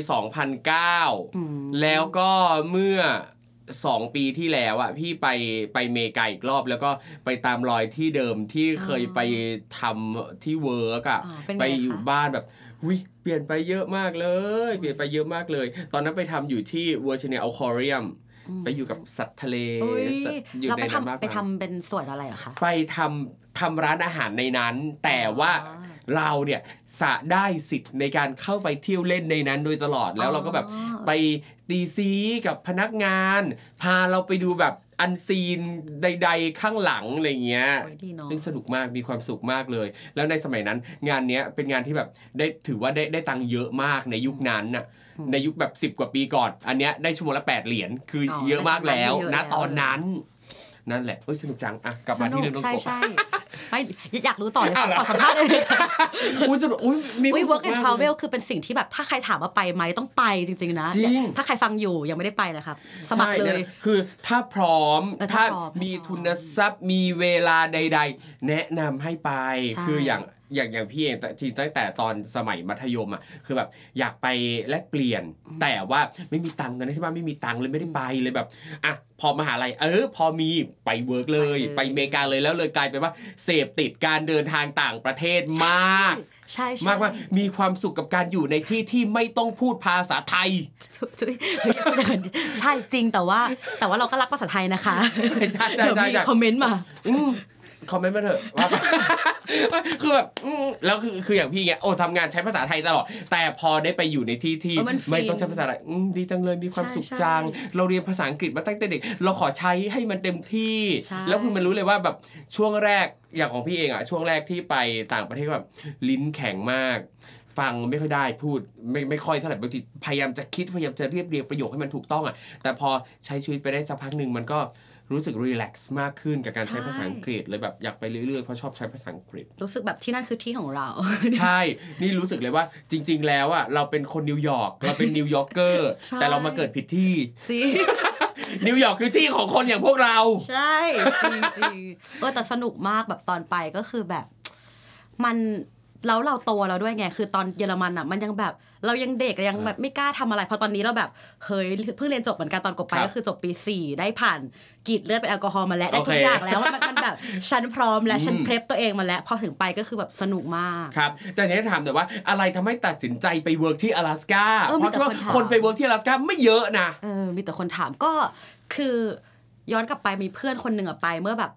2009แล้วก็เมื่อ2 ปีที่แล้วอ่ะพี่ไปเมกาอีกรอบแล้วก็ไปตามรอยที่เดิมที่เคยไปทำที่เวิร์กอ่ะไปอยู่บ้านแบบเปลี่ยนไปเยอะมากเลยตอนนั้นไปทำอยู่ที่เวอร์จิเนียอควาเรียมไปอยู่กับสัตว์ทะเลอยู่ในนั้นมากไปทำเป็นส่วนอะไรอะคะไปทำร้านอาหารในนั้นแต่ว่าเราเนี่ยได้สิทธิ์ในการเข้าไปเที่ยวเล่นในนั้นโดยตลอดแล้วเราก็แบบไปตีซีกับพนักงานพาเราไปดูแบบอันซีนใดๆข้างหลังอะไรเงี้ยซึ่งสนุกมากมีความสุขมากเลยแล้วในสมัยนั้นงานเนี้ยเป็นงานที่แบบได้ถือว่าได้ตังค์เยอะมากในยุคนั้นน่ะในยุคแบบ10 กว่าปีก่อนอันเนี้ยได้ชั่วโมงละ8 เหรียญคือเยอะมากแล้วนะตอนนั้นนั่นแหละสนุกจังอ่ะกลับมาที่เรื่องน้องกบใช่ไม่อยากรู้ต่อเลยขอสัมภาษณ์เลยมี work and travel คือเป็นสิ่งที่แบบถ้าใครถามว่าไปไหมต้องไปจริงๆนะถ้าใครฟังอยู่ยังไม่ได้ไปนะครับสมัครเลยคือถ้าพร้อมถ้ามีทุนทรัพย์มีเวลาใดๆแนะนำให้ไปคืออย่างพี่เองจริงตั้งแต่ตอนสมัยมัธยมอ่ะคือแบบอยากไปแลกเปลี่ยนแต่ว่าไม่มีตังค์นะที่บ้านไม่มีตังค์เลยไม่ได้ไปเลยแบบอ่ะพอมหาลัยพอมีไปเวิร์กเลยไปอเมริกาเลยแล้วเลยกลายเป็นว่าเสพติดการเดินทางต่างประเทศมากใช่มากว่ามีความสุขกับการอยู่ในที่ไม่ต้องพูดภาษาไทยใช่จริงแต่ว่าเราก็รักภาษาไทยนะคะเดี๋ยวมีคอมเมนต์มาคอมเมนต์มาเถอะคือแบบแล้วคืออย่างพี่เงี้ยทำงานใช้ภาษาไทยตลอดแต่พอได้ไปอยู่ในที่ไม่ต้องใช้ภาษาไทยดีจังเลยมีความสุขจังเราเรียนภาษาอังกฤษมาตั้งแต่เด็กเราขอใช้ให้มันเต็มที่แล้วคือมันรู้เลยว่าแบบช่วงแรกอย่างของพี่เองช่วงแรกที่ไปต่างประเทศแบบลิ้นแข็งมากฟังไม่ค่อยได้พูดไม่ค่อยเท่าไหร่บางทีพยายามจะคิดพยายามจะเรียบเรียงประโยคให้มันถูกต้องแต่พอใช้ชีวิตไปได้สักพักนึงมันก็รู้สึกรีแลกซ์มากขึ้นกับการใช้ภาษาอังกฤษเลยแบบอยากไปเรื่อยๆเพราะชอบใช้ภาษาอังกฤษรู้สึกแบบที่นั่นคือที่ของเราใช่นี่รู้สึกเลยว่าจริงๆแล้วเราเป็นคนนิวยอร์กเราเป็นนิวยอร์กเกอร์แต่เรามาเกิดผิดที่จริงนิวยอร์กคือที่ของคนอย่างพวกเราใช่จริงๆแต่สนุกมากแบบตอนไปก็คือแบบมันแล้วเราโตแล้วด้วยไงคือตอนเยอรมันมันยังแบบเรายังเด็กยังแบบไม่กล้าทำอะไรพอตอนนี้เราแบบเฮ้ยเพิ่งเรียนจบเหมือนกันตอนกบไปก็คือจบปี4ได้ผ่านกรีดเลือดเป็นแอลกอฮอล์มาแล้วได้ทุกอย่างแล้วมันแบบฉันพร้อมแล้วฉันเพลฟตัวเองมาแล้วพอถึงไปก็คือแบบสนุกมากครับแต่ทีนี้ถามแต่ว่าอะไรทำให้ตัดสินใจไปเวิร์กที่阿拉斯ก้าเพราะว่าคนไปเวิร์กที่阿拉斯ก้าไม่เยอะนะมีแต่คนถามก็คือย้อนกลับไปมีเพื่อนคนนึงไปเมื่อแบบ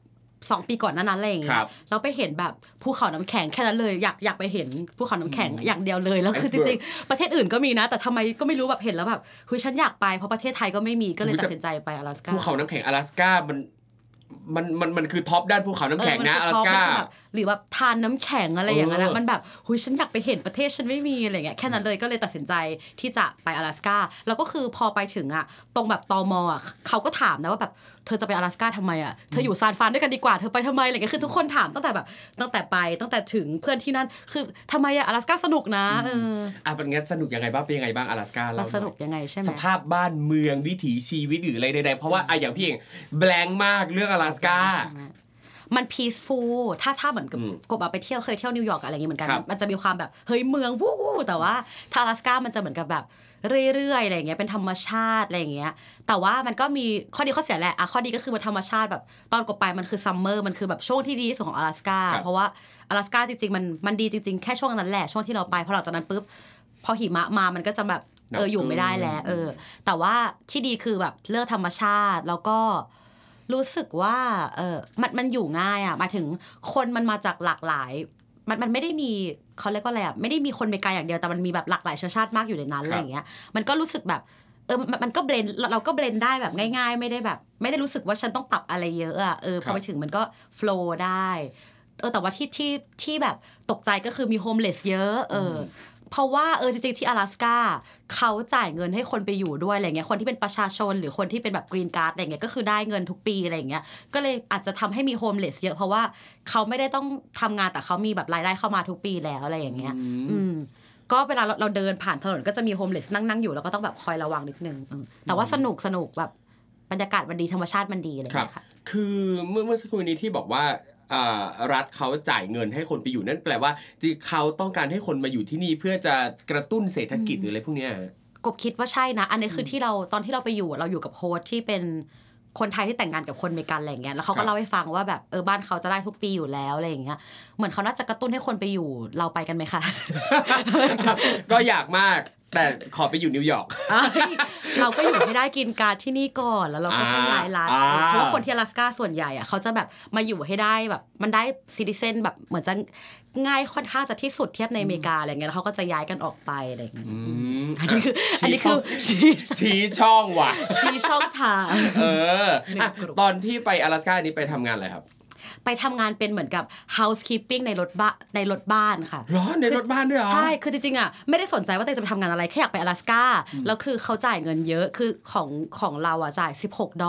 2 ปีก่อนนั้นอะไรอย่างเงี้ยเราไปเห็นแบบภูเขาน้ำแข็งแค่นั้นเลยอยากไปเห็นภูเขาน้ำแข็งอย่างเดียวเลยแล้วคือจริงๆประเทศอื่นก็มีนะแต่ทำไมก็ไม่รู้แบบเห็นแล้วแบบเฮ้ยฉันอยากไปเพราะประเทศไทยก็ไม่มีก็เลยตัดสินใจไปอลาสก้าภูเขาน้ำแข็งอลาสก้ามันคือท็อปด้านภูเขาน้ำแข็งนะอลาสก้าหรือแบบทานน้ำแข็งอะไรอย่างเงี้ยมันแบบหุยฉันอยากไปเห็นประเทศฉันไม่มีอะไรเงี้ยแค่นั้นเลยก็เลยตัดสินใจที่จะไปอลาสก้าแล้วก็คือพอไปถึงอ่ะตรงแบบตม.อ่ะเขาก็ถามนะว่าแบบเธอจะไปอลาสก้าทำไมอ่ะเธออยู่ซานฟรานด้วยกันดีกว่าเธอไปทำไมอะไรเงี้ยคือทุกคนถามตั้งแต่ถึงเพื่อนที่นั่นคือทำไมอ่ะอลาสก้าสนุกนะเป็นงั้นสนุกยังไงบ้างเป็นยังไงบ้างอลาสก้าเราสนุกยังไงใช่ไหมสภาพบ้านเมืองวิถีชีวิตหรืออะไรใดๆเพราะว่าอย่างพี่เองแบงค์มากเรื่องอลาสก้ามัน peaceful ถ้าเหมือนกับกบไปเที่ยวเคยเที่ยวนิวยอร์กอะไรอย่างงี้เหมือนกันมันจะมีความแบบเฮ้ยเมืองวู้แต่ว่าถ้าอลาสก้ามันจะเหมือนกับแบบเรื่อยๆอะไรอย่างเงี้ยเป็นธรรมชาติอะไรอย่างเงี้ยแต่ว่ามันก็มีข้อดีข้อเสียแหละข้อดีก็คือมันธรรมชาติแบบตอนกบไปมันคือซัมเมอร์มันคือแบบช่วงที่ดีที่สุดของอลาสก้าเพราะว่าอลาสก้าจริงๆมันดีจริงๆแค่ช่วงนั้นแหละช่วงที่เราไปพอหลังจากนั้นปุ๊บพอหิมะมามันก็จะแบบอยู่ไม่ได้แล้วแต่ว่าที่ดีคือแบบเลือกธรรมชาติแล้วก็รู้สึกว่ามันอยู่ง่ายหมายถึงคนมันมาจากหลากหลายมันไม่ได้มีเขาเรียกว่าอะไรไม่ได้มีคนอเมริกาอย่างเดียวแต่มันมีแบบหลากหลายเชื้อชาติมากอยู่ในนั้นอะไรอย่างเงี้ยมันก็รู้สึกแบบมันก็เบลนด์เราก็เบลนด์ได้แบบง่ายๆไม่ได้รู้สึกว่าฉันต้องปรับอะไรเยอะพอไปถึงมันก็โฟลว์ได้แต่ว่าที่แบบตกใจก็คือมีโฮมเลสเยอะเพราะว่าจริงๆที่อลาสก้าเขาจ่ายเงินให้คนไปอยู่ด้วยอะไรเงี้ยคนที่เป็นประชาชนหรือคนที่เป็นแบบกรีนการ์ดอะไรเงี้ยก็คือได้เงินทุกปีอะไรเงี้ยก็เลยอาจจะทำให้มีโฮมเลสเยอะเพราะว่าเขาไม่ได้ต้องทำงานแต่เขามีแบบรายได้เข้ามาทุกปีแล้วอะไรอย่างเงี้ยก็เวลาเราเดินผ่านถนนก็จะมีโฮมเลสนั่งอยู่แล้วก็ต้องแบบคอยระวังนิดนึงแต่ว่าสนุกแบบบรรยากาศมันดีธรรมชาติมันดีอะไรเงี้ยค่ะคือเมื่อสักครู่นี้ที่บอกว่ารัฐเขาจ่ายเงินให้คนไปอยู่นั่นแปลว่าเขาต้องการให้คนมาอยู่ที่นี่เพื่อจะกระตุ้นเศรษฐกิจหรืออะไรพวกนี้กบคิดว่าใช่นะอันนี้คือที่เราตอนที่เราไปอยู่กับโฮสที่เป็นคนไทยที่แต่งงานกับคนอเมริกันอะไรอย่างเงี้ยแล้วเขาก็เล่าให้ฟังว่าแบบบ้านเขาจะได้ทุกปีอยู่แล้วอะไรอย่างเงี้ยเหมือนเขาน่าจะกระตุ้นให้คนไปอยู่เราไปกันไหมคะก็อยากมากแต่ขอไปอยู่นิวยอร์กเราก็อยู่ให้ได้กินการที่นี่ก่อนแล้วเราก็ย้ายร้านเพราะว่าคนที่อลาสก้าส่วนใหญ่เขาจะแบบมาอยู่ให้ได้แบบมันได้ซิติเซนแบบเหมือนจะง่ายค่อนข้างจะที่สุดเทียบในอเมริกาอะไรเงี้ยแล้วเขาก็จะย้ายกันออกไปอะไรอย่างเงี้ยอันนี้คือชี้ช่องว่ะชี้ช่องทางตอนที่ไปอลาสก้านี้ไปทำงานอะไรครับไปทำงานเป็นเหมือนกับ housekeeping ในรถบ้านค่ะหรอในรถบ้านด้วยเหรอใช่คือจริงๆไม่ได้สนใจว่าตัวเองจะไปทำงานอะไรแค่อยากไปอลาสก้าแล้วคือเขาจ่ายเงินเยอะคือของเราจ่าย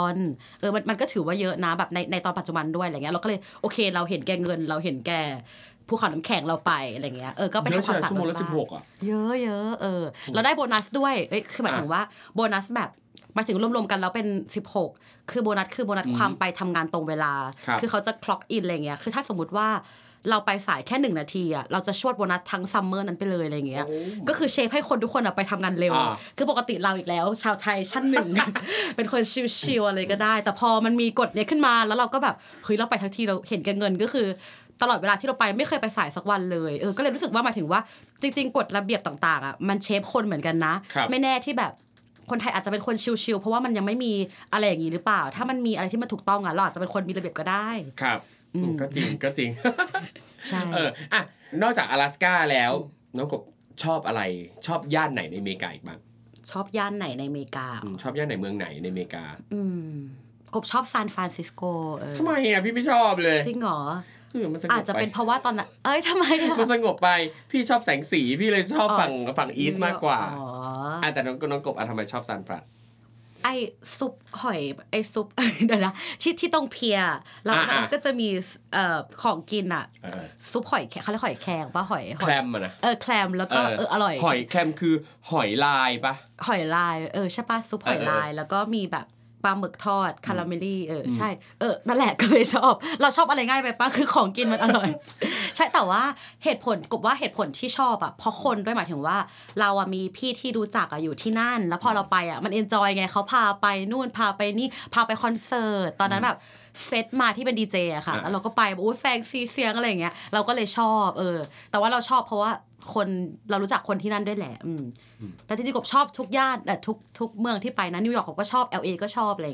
$16มันก็ถือว่าเยอะนะแบบในตอนปัจจุบันด้วยอะไรเงี้ยเราก็เลยโอเคเราเห็นแก่เงินเราเห็นแก่ภูเขาน้ำแข็งเราไปอะไรเงี้ยก็ไปทำความสะอาดชั่วโมงละ16 เยอะเราได้โบนัสด้วยคือหมายถึงว่าโบนัสแบบมาถึงรวมๆกันแล้วเป็น16คือโบนัสความไปทำงานตรงเวลาคือเขาจะคล็อกอินอะไรเงี้ยคือถ้าสมมติว่าเราไปสายแค่1นาทีเราจะชวดโบนัสทั้งซัมเมอร์นั้นไปเลยอะไรเงี้ยก็คือเชฟให้คนทุกคนไปทำงานเร็วคือปกติเราอีกแล้วชาวไทยชั้นหนึ่ง เป็นคนชิลๆอะไรก็ได้แต่พอมันมีกฎเนี้ยขึ้นมาแล้วเราก็แบบเฮ้ยเราไปทั้งทีเราเห็นแก่เงินก็คือตลอดเวลาที่เราไปไม่เคยไปสายสักวันเลยก็เลยรู้สึกว่าหมายถึงว่าจริงๆกฎระเบียบต่างๆมันเชฟคนเหมือนกันนะไม่แน่ที่แบบคนไทยอาจจะเป็นคนชิลๆเพราะว่ามันยังไม่มีอะไรอย่างนี้หรือเปล่าถ้ามันมีอะไรที่มันถูกต้องเราอาจจะเป็นคนมีระเบียบก็ได้ครับก็จริงใช่นอกจากอลาสก้าแล้วน้องกบชอบอะไรชอบย่านไหนในอเมริกาอีกบ้างชอบย่านไหนในอเมริกาชอบย่านไหนเมืองไหนในอเมริกากบชอบซานฟรานซิสโกทำไมพี่ไม่ชอบเลยจริงเหรออาจจะเป็นเพราะว่าตอนนั้นทำไมมันสงบไปพี่ชอบแสงสีพี่เลยชอบฝั่งอีสต์มากกว่าแต่น้องกบทำไมชอบซานฟรานซุปหอยซุปเดี๋ยวนะที่ตรงเพียแล้วมันก็จะมีของกินซุปหอยเขาเรียกหอยแครงป่ะหอยแคลมนะแคลมแล้วก็อร่อยหอยแคลมคือหอยลายป่ะหอยลายใช่ป่ะซุปหอยลายแล้วก็มีแบบปลาหมึกทอดคาราเมลลี่ใช่นั่นแหละก็เลยชอบเราชอบอะไรง่ายไปป่ะคือของกินมันอร่อย ใช่แต่ว่าเหตุผลกบว่าเหตุผลที่ชอบเพราะคนด้วยหมายถึงว่าเรามีพี่ที่รู้จักอยู่ที่นั่นแล้วพอเราไปมันเอนจอยไงเขาพาไปนู่นพาไปนี่พาไปคอนเสิร์ตตอนนั้นแบบเซตมาที่เป็นดีเจค่ะแล้วเราก็ไปแซงซีเสียงอะไรอย่างเงี้ยเราก็เลยชอบแต่ว่าเราชอบเพราะว่าคนเรารู้จักคนที่นั่นด้วยแหละแต่จริงๆกบชอบทุกย่านทุกเมืองที่ไปนะนิวยอร์กกบก็ชอบ LA ก็ชอบอะไรอย่างเงี้ย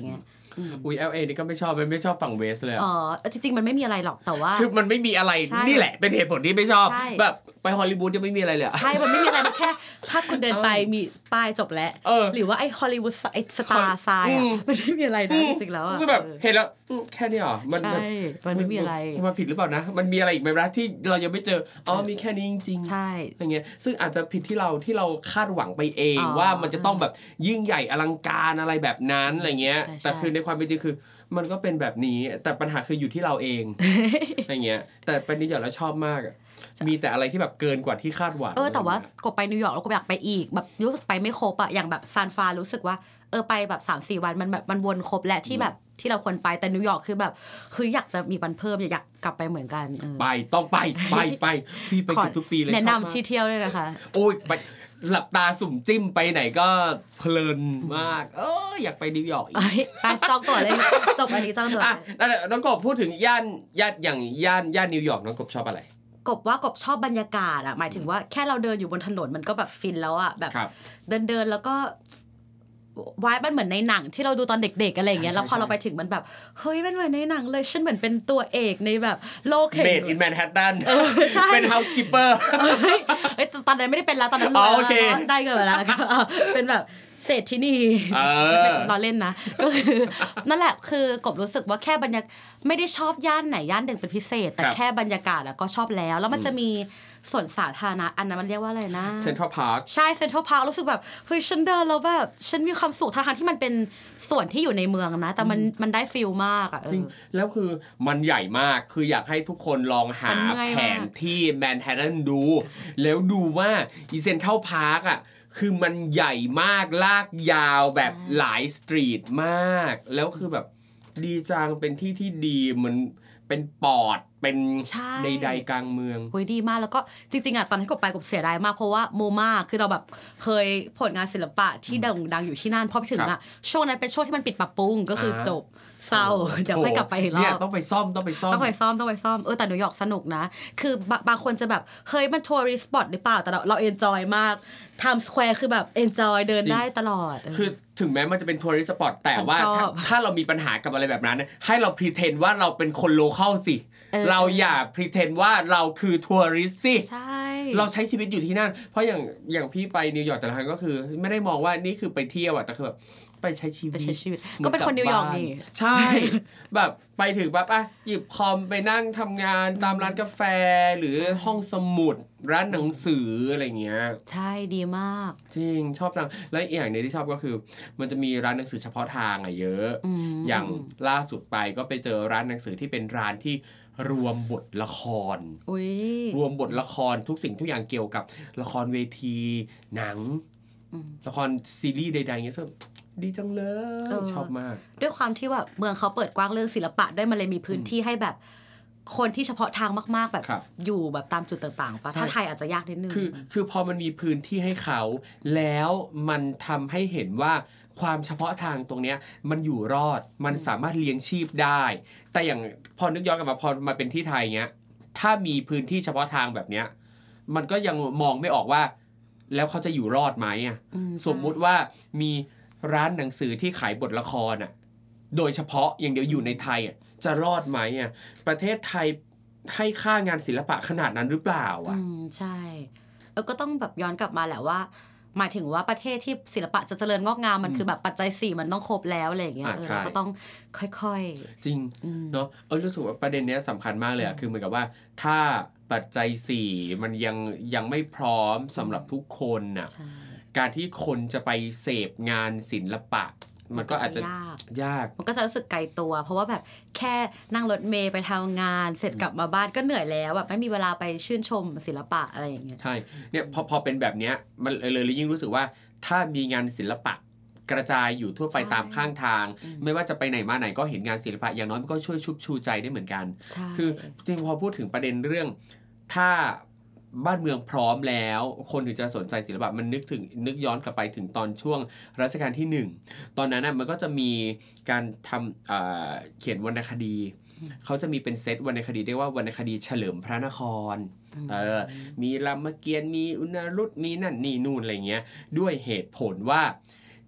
อุ้ย LA นี่ก็ไม่ชอบฝั่งเวสเลยจริงๆมันไม่มีอะไรหรอกแต่ว่าคือมันไม่มีอะไรนี่แหละเป็นเหตุผลที่ไม่ชอบแบบไปฮอลลีวูดยังไม่มีอะไรเลยใช่มันไม่มีอะไรมันแค่ถ้าคุณเดินไปมีป้ายจบแล้วหรือว่าไอ้ฮอลลีวูดไอ้สตาร์ไซน์มันไม่มีอะไรนะจริงๆแล้วคือแบบเห็นแล้วแค่นี้หรอมันไม่มีอะไรมันผิดหรือเปล่านะมันมีอะไรอีกไหมล่ะที่เรายังไม่เจอมีแค่นี้จริงๆใช่อย่างเงี้ยซึ่งอาจจะผิดที่เราคาดหวังไปเองว่ามันจะต้องแบบยิ่งใหญ่อลังการอะไรแบบนั้นอะไรเงี้ยแต่คือในความเป็นจริงคือมันก็เป็นแบบนี้แต่ปัญหาคืออยู่ที่เราเองอย่างเงี้ยแต่ไปนิวยอร์กแล้วชอบมากมีแต่อะไรที่แบบเกินกว่าที่คาดหวังแต่ว่ากบไปนิวยอร์กแล้วก็อยากไปอีกแบบรู้สึกไปไม่ครบอะอย่างแบบซานฟรานรู้สึกว่าไปแบบ 3-4 วันมันแบบมันวนครบและที่แบบที่เราควรไปแต่นิวยอร์กคือแบบคืออยากจะมีวันเพิ่มอยากกลับไปเหมือนกันไปต้องไปพี่ไปทุกปีเลยแนะนำที่เที่ยวเลยนะคะโอ้ยไปหลับตาสุ่มจิ้มไปไหนก็เพลินมากอยากไปนิวยอร์กไปจองตั๋วเลยจบอันนี้จองตั๋วน้องกบพูดถึงย่านอย่างย่านนิวยอร์กน้องกบชอบอะไรกบว่ากบชอบบรรยากาศหมายถึงว่าแค่เราเดินอยู่บนถนนมันก็แบบฟินแล้วแบบเดินแล้วก็วายมันเหมือนในหนังที่เราดูตอนเด็กๆอะไรอย่างเงี้ยแล้วพอเราไปถึงมันแบบเฮ้ยมันเหมือนในหนังเลยฉันเหมือนเป็นตัวเอกในแบบโลกแห่ง Made in Manhattan เป็น housekeeper ตอนนั้นไม่ได้เป็นแล้วตอนนั้นได้เกิดแล้วเป็นแบบเศรษฐินีเราเล่นนะก็คือนั่นแหละคือกบรู้สึกว่าแค่บรรยากาศไม่ได้ชอบย่านไหนย่านหนึ่งเป็นพิเศษแต่แค่บรรยากาศก็ชอบแล้วมันจะมีสวนสาธารณะอันนั้นมันเรียกว่าอะไรนะ Central Park ใช่ Central Park รู้สึกแบบเฮ้ยฉันเดินแล้วแบบฉันมีความสุขทั้งที่มันเป็นส่วนที่อยู่ในเมืองนะแต่มันได้ฟีลมากแล้วคือมันใหญ่มากคืออยากให้ทุกคนลองหาแผนที่แมนฮัตตันดูแล้วดูว่าอีเซ็นทรัลพาร์คคือมันใหญ่มากลากยาวแบบหลายสตรีทมากแล้วคือแบบดีจังเป็นที่ที่ดีเหมือนเป็นปอดเป็นใดๆกลางเมืองโอ้ยดีมากแล้วก็จริงๆตอนที่กบไปกบเสียดายมากเพราะว่าโมมาคือเราแบบเคยผลงานศิลปะที่ดังอยู่ที่นั่นพอไปถึงช่วงนั้นเป็นช่วงที่มันปิดปรับปรุงก็คือจบเศร้าเดี๋ยวค่อยกลับไปอีกรอบเนี่ยต้องไปซ่อมแต่นิวยอร์กสนุกนะคือบางคนจะแบบเฮ้ยมันทัวริสต์สปอตหรือเปล่าแต่เราเอนจอยมากไทม์สแควร์คือแบบเอนจอยเดินได้ตลอดคือถึงแม้มันจะเป็นทัวริสต์สปอตแต่ว่าถ้าเรามีปัญหากับอะไรแบบนั้นให้เราพรีเทนว่าเราเป็นคนโลคอลสิเราอย่าพรีเทนว่าเราคือทัวริสต์สิเราใช้ชีวิตอยู่ที่นั่นเพราะอย่างพี่ไปนิวยอร์กแต่ละครั้งก็คือไม่ได้มองว่านี่คือไปเที่ยวแต่คือแบบไปใช้ชีวิตก็เป็นคนนิวยอร์กนี่ใช่แบบไปถึงแบบหยิบคอมไปนั่งทำงานตามร้านกาแฟหรือห้องสมุดร้านหนังสืออะไรเงี้ยใช่ดีมากจริงชอบจังและอีกอย่างนึงที่ชอบก็คือมันจะมีร้านหนังสือเฉพาะทางเยอะอย่างล่าสุดไปก็ไปเจอร้านหนังสือที่เป็นร้านที่รวมบทละครรวมบทละครทุกสิ่งทุกอย่างเกี่ยวกับละครเวทีหนังละครซีรีส์ใดๆเงี้ยดีจังเลยชอบมากด้วยความที่ว่าเมืองเขาเปิดกว้างเรื่องศิลปะด้วยมันเลยมีพื้นที่ให้แบบคนที่เฉพาะทางมากๆแบบอยู่แบบตามจุดต่างๆป่ะถ้าไทยอาจจะยากนิดนึงคือพอมันมีพื้นที่ให้เขาแล้วมันทำให้เห็นว่าความเฉพาะทางตรงเนี้ยมันอยู่รอดมันสามารถเลี้ยงชีพได้แต่อย่างพอนึกย้อนกลับมาพอมาเป็นที่ไทยเงี้ยถ้ามีพื้นที่เฉพาะทางแบบเนี้ยมันก็ยังมองไม่ออกว่าแล้วเขาจะอยู่รอดไหมสมมุติว่ามีร้านหนังสือที่ขายบทละครโดยเฉพาะอย่างเดียวอยู่ในไทยจะรอดไหมประเทศไทยให้ค่างานศิลปะขนาดนั้นหรือเปล่าใช่ก็ต้องแบบย้อนกลับมาแหละว่าหมายถึงว่าประเทศที่ศิลปะจะเจริญงอกงามมันคือแบบปัจจัย4มันต้องครบแล้วอะไรอย่างเงี้ยเราก็ต้องค่อยๆจริงเนาะรู้สึกว่าประเด็นนี้สำคัญมากเลยคือเหมือนกับว่าถ้าปัจจัย4มันยังไม่พร้อมสำหรับทุกคนการที่คนจะไปเสพงานศิลปะมันก็อาจจะยากมันก็จะรู้สึกไกลตัวเพราะว่าแบบแค่นั่งรถเมล์ไปทำงานเสร็จกลับมาบ้านก็เหนื่อยแล้วแบบไม่มีเวลาไปชื่นชมศิลปะอะไรอย่างเงี้ยใช่เนี่ยพอเป็นแบบเนี้ยมันเลยยิ่งรู้สึกว่าถ้ามีงานศิลปะกระจายอยู่ทั่วไปตามข้างทางไม่ว่าจะไปไหนมาไหนก็เห็นงานศิลปะอย่างน้อยมันก็ช่วยชุบชูใจได้เหมือนกันคือจริงพอพูดถึงประเด็นเรื่องถ้าบ้านเมืองพร้อมแล้วคนถึงจะสนใจศิลปะมันนึกย้อนกลับไปถึงตอนช่วงรัชกาลที่1ตอนนั้นมันก็จะมีการทำเขียนวรรณคดีเขาจะมีเป็นเซตวรรณคดีเรียกว่าวรรณคดีเฉลิมพระนครมีรามเกียรติ์มีอุณรุตมีนั่นนี่นู่นอะไรเงี้ยด้วยเหตุผลว่า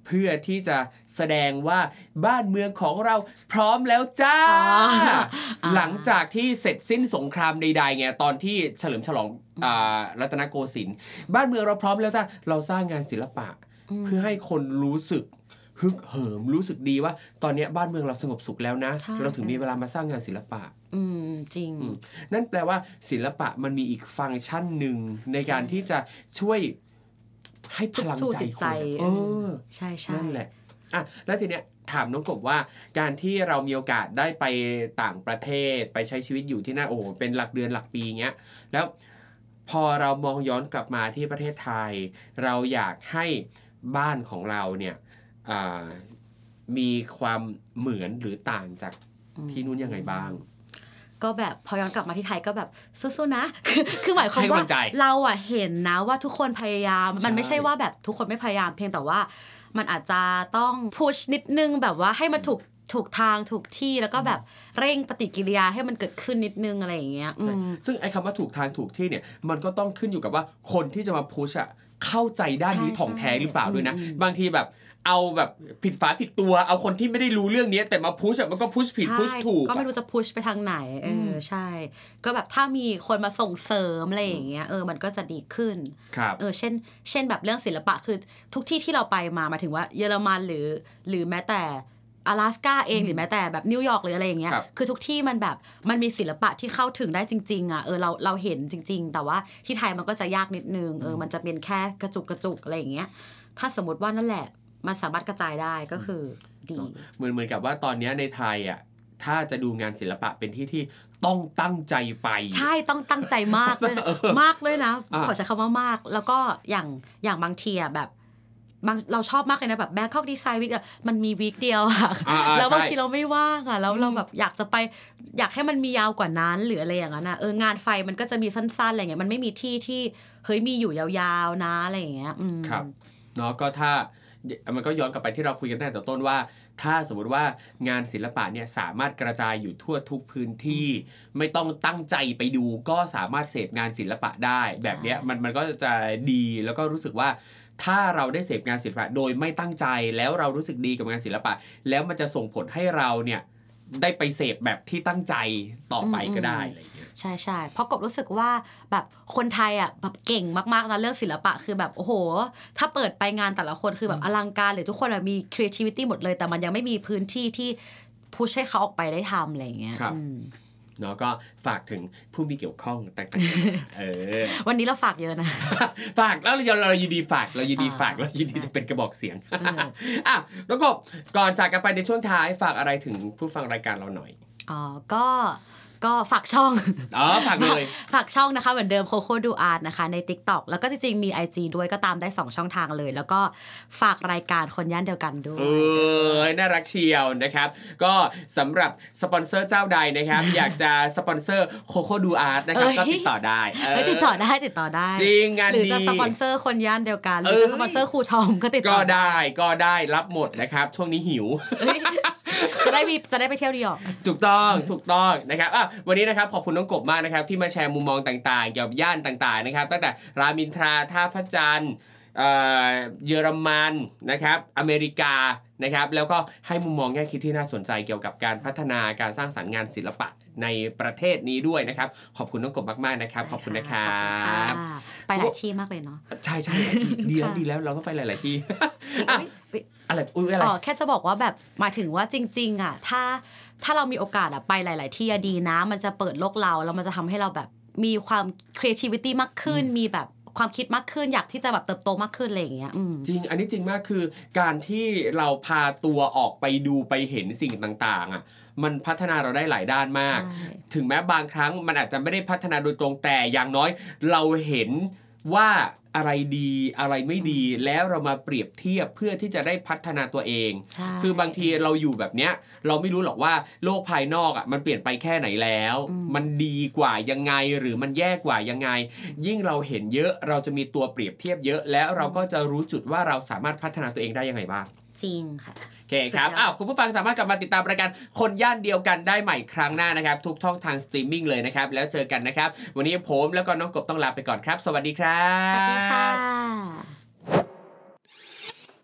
เพื่อที่จะแสดงว่าบ้านเมืองของเราพร้อมแล้วจ้าหลังจากที่เสร็จสิ้นสงครามใดๆไงตอนที่เฉลิมฉลองรัตนโกสินทร์บ้านเมืองเราพร้อมแล้วจ้าเราสร้างงานศิลปะเพื่อให้คนรู้สึกฮึกเหิมรู้สึกดีว่าตอนนี้บ้านเมืองเราสงบสุขแล้วนะเราถึงมีเวลามาสร้างงานศิลปะจริงนั่นแปลว่าศิลปะมันมีอีกฟังก์ชันหนึ่งในการที่จะช่วยให้พลังใจคนใช่ๆนั่นแหละแล้วทีเนี้ยถามน้องกบว่าการที่เรามีโอกาสได้ไปต่างประเทศไปใช้ชีวิตอยู่ที่นั่นเป็นหลักเดือนหลักปีเงี้ยแล้วพอเรามองย้อนกลับมาที่ประเทศไทยเราอยากให้บ้านของเราเนี่ยมีความเหมือนหรือต่างจากที่นู้นยังไงบ้างก็แบบพอย้อนกลับมาที่ไทยก็แบบสู้ๆนะคือหมายความว่าเราเห็นนะว่าทุกคนพยายามมันไม่ใช่ว่าแบบทุกคนไม่พยายามเพียงแต่ว่ามันอาจจะต้องพุชนิดนึงแบบว่าให้มันถูกทางถูกที่แล้วก็แบบเร่งปฏิกิริยาให้มันเกิดขึ้นนิดนึงอะไรอย่างเงี้ยซึ่งไอ้คำว่าถูกทางถูกที่เนี่ยมันก็ต้องขึ้นอยู่กับว่าคนที่จะมาพุชเข้าใจด้านนี้ถ่องแท้หรือเปล่าด้วยนะบางทีแบบเอาแบบผิดฝาผิดตัวเอาคนที่ไม่ได้รู้เรื่องนี้แต่มาพุชมันก็พุชผิดพุชถูกก็ไม่รู้จะพุชไปทางไหนใช่ก็แบบถ้ามีคนมาส่งเสริมอะไรอย่างเงี้ยมันก็จะดีขึ้นเช่นแบบเรื่องศิลปะคือทุกที่ที่เราไปมาหมายถึงว่าเยอรมันหรือแม้แต่阿拉斯ก้าเองหรือแม้แต่แบบนิวยอร์กหรืออะไรอย่างเงี้ยคือทุกที่มันแบบมันมีศิลปะที่เข้าถึงได้จริงๆเราเห็นจริงๆแต่ว่าที่ไทยมันก็จะยากนิดนึงมันจะเป็นแค่กระจุกอะไรอย่างเงี้ยถ้าสมมติว่านั่นแหละมันสามารถกระจายได้ก็คือดีเหมือนกับว่าตอนนี้ในไทยถ้าจะดูงานศิลปะเป็นที่ต้องตั้งใจไปใช่ต้องตั้งใจมากเลยมากเลยนะขอใช้คำว่ามากแล้วก็อย่างบางทีแบบเราชอบมากเลยนะแบบBangkok Design Week มันมีวีคเดียวแล้วบางทีเราไม่ว่างแล้วเราแบบอยากจะไปอยากให้มันมียาวกว่านั้นหรืออะไรอย่างนั้นงานไฟมันก็จะมีสั้นๆอะไรเงี้ยมันไม่มีที่เฮ้ยมีอยู่ยาวๆนะอะไรอย่างเงี้ยครับเนาะก็ถ้ามันก็ย้อนกลับไปที่เราคุยกันตั้งแต่ต้นว่าถ้าสมมติว่างานศิลปะเนี่ยสามารถกระจายอยู่ทั่วทุกพื้นที่ไม่ต้องตั้งใจไปดูก็สามารถเสพงานศิลปะได้แบบเนี้ยมันก็จะดีแล้วก็รู้สึกว่าถ้าเราได้เสพงานศิลปะโดยไม่ตั้งใจแล้วเรารู้สึกดีกับงานศิลปะแล้วมันจะส่งผลให้เราเนี่ยได้ไปเสพแบบที่ตั้งใจต่อไปก็ได้อะไรอย่างเงี้ยใช่ๆเพราะกบรู้สึกว่าแบบคนไทยแบบเก่งมากๆนะเรื่องศิลปะคือแบบโอ้โหถ้าเปิดไปงานแต่ละคนคือแบบอลังการหรือทุกคนมี creativity หมดเลยแต่มันยังไม่มีพื้นที่ที่พุชให้เขาออกไปได้ทำอะไรอย่างเงี้ยเนาะก็ฝากถึงผู้มีเกี่ยวข้องต่างๆวันนี้เราฝากเยอะนะฝากแล้วเรายินดีฝากเรายินดีจะเป็นกระบอกเสียงแล้วก็ก่อนจากกันไปในช่วงท้ายฝากอะไรถึงผู้ฟังรายการเราหน่อยก็ฝากช่องฝากเลยฝากช่องนะคะเหมือนเดิมโคโค่ดูอาร์ตนะคะใน TikTok แล้วก็จริงๆมี IG ด้วยก็ตามได้2ช่องทางเลยแล้วก็ฝากรายการคนย่านเดียวกันด้วยน่ารักเชียวนะครับก็สำหรับสปอนเซอร์เจ้าใดนะครับอยากจะสปอนเซอร์โคโค่ดูอาร์ตนะครับก็ติดต่อได้ติดต่อได้จริงงานดีหรือจะสปอนเซอร์คนย่านเดียวกันหรือจะสปอนเซอร์ครูทอมก็ติดต่อก็ได้รับหมดนะครับช่วงนี้หิวจะได้ไปเที่ยวดีออกถูกต้องนะครับวันนี้นะครับขอบคุณน้องกบมากนะครับที่มาแชร์มุมมองต่างๆเกี่ยวกับย่านต่างๆนะครับตั้งแต่รามอินทราท่าพระจันทร์เยอรมันนะครับอเมริกานะครับแล้วก็ให้มุมมองแง่คิดที่น่าสนใจเกี่ยวกับการพัฒนาการสร้างสรรค์งานศิลปะในประเทศนี้ด้วยนะครับขอบคุณน้องกบมากๆนะครับขอบคุณนะครับไปหลายที่มากเลยเนาะใช่ดีแล้วเราก็ไปหลายๆที่อะไรแค่จะบอกว่าแบบหมายถึงว่าจริงๆถ้าเรามีโอกาสไปหลายๆที่ดีนะมันจะเปิดโลกเราแล้วมันจะทำให้เราแบบมีความ creativity มากขึ้นมีแบบความคิดมากขึ้นอยากที่จะแบบเติบโตมากขึ้นอะไรอย่างเงี้ยจริงอันนี้จริงมากคือการที่เราพาตัวออกไปดูไปเห็นสิ่งต่างๆมันพัฒนาเราได้หลายด้านมากถึงแม้บางครั้งมันอาจจะไม่ได้พัฒนาโดยตรงแต่อย่างน้อยเราเห็นว่าอะไรดีอะไรไม่ดีแล้วเรามาเปรียบเทียบเพื่อที่จะได้พัฒนาตัวเองคือบางทีเราอยู่แบบเนี้ยเราไม่รู้หรอกว่าโลกภายนอกมันเปลี่ยนไปแค่ไหนแล้วมันดีกว่ายังไงหรือมันแย่กว่ายังไงยิ่งเราเห็นเยอะเราจะมีตัวเปรียบเทียบเยอะแล้วเราก็จะรู้จุดว่าเราสามารถพัฒนาตัวเองได้ยังไงบ้างจริงค่ะโอเคครับคุณผู้ฟังสามารถกลับมาติดตามรายการคนย่านเดียวกันได้ใหม่ครั้งหน้านะครับทุกช่องทางสตรีมมิ่งเลยนะครับแล้วเจอกันนะครับวันนี้ผมแล้วก็น้องกบต้องลาไปก่อนครับสวัสดีครับสวัสดีค่ะ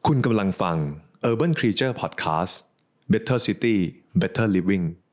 คุณกำลังฟัง Urban Creature Podcast Better City Better Living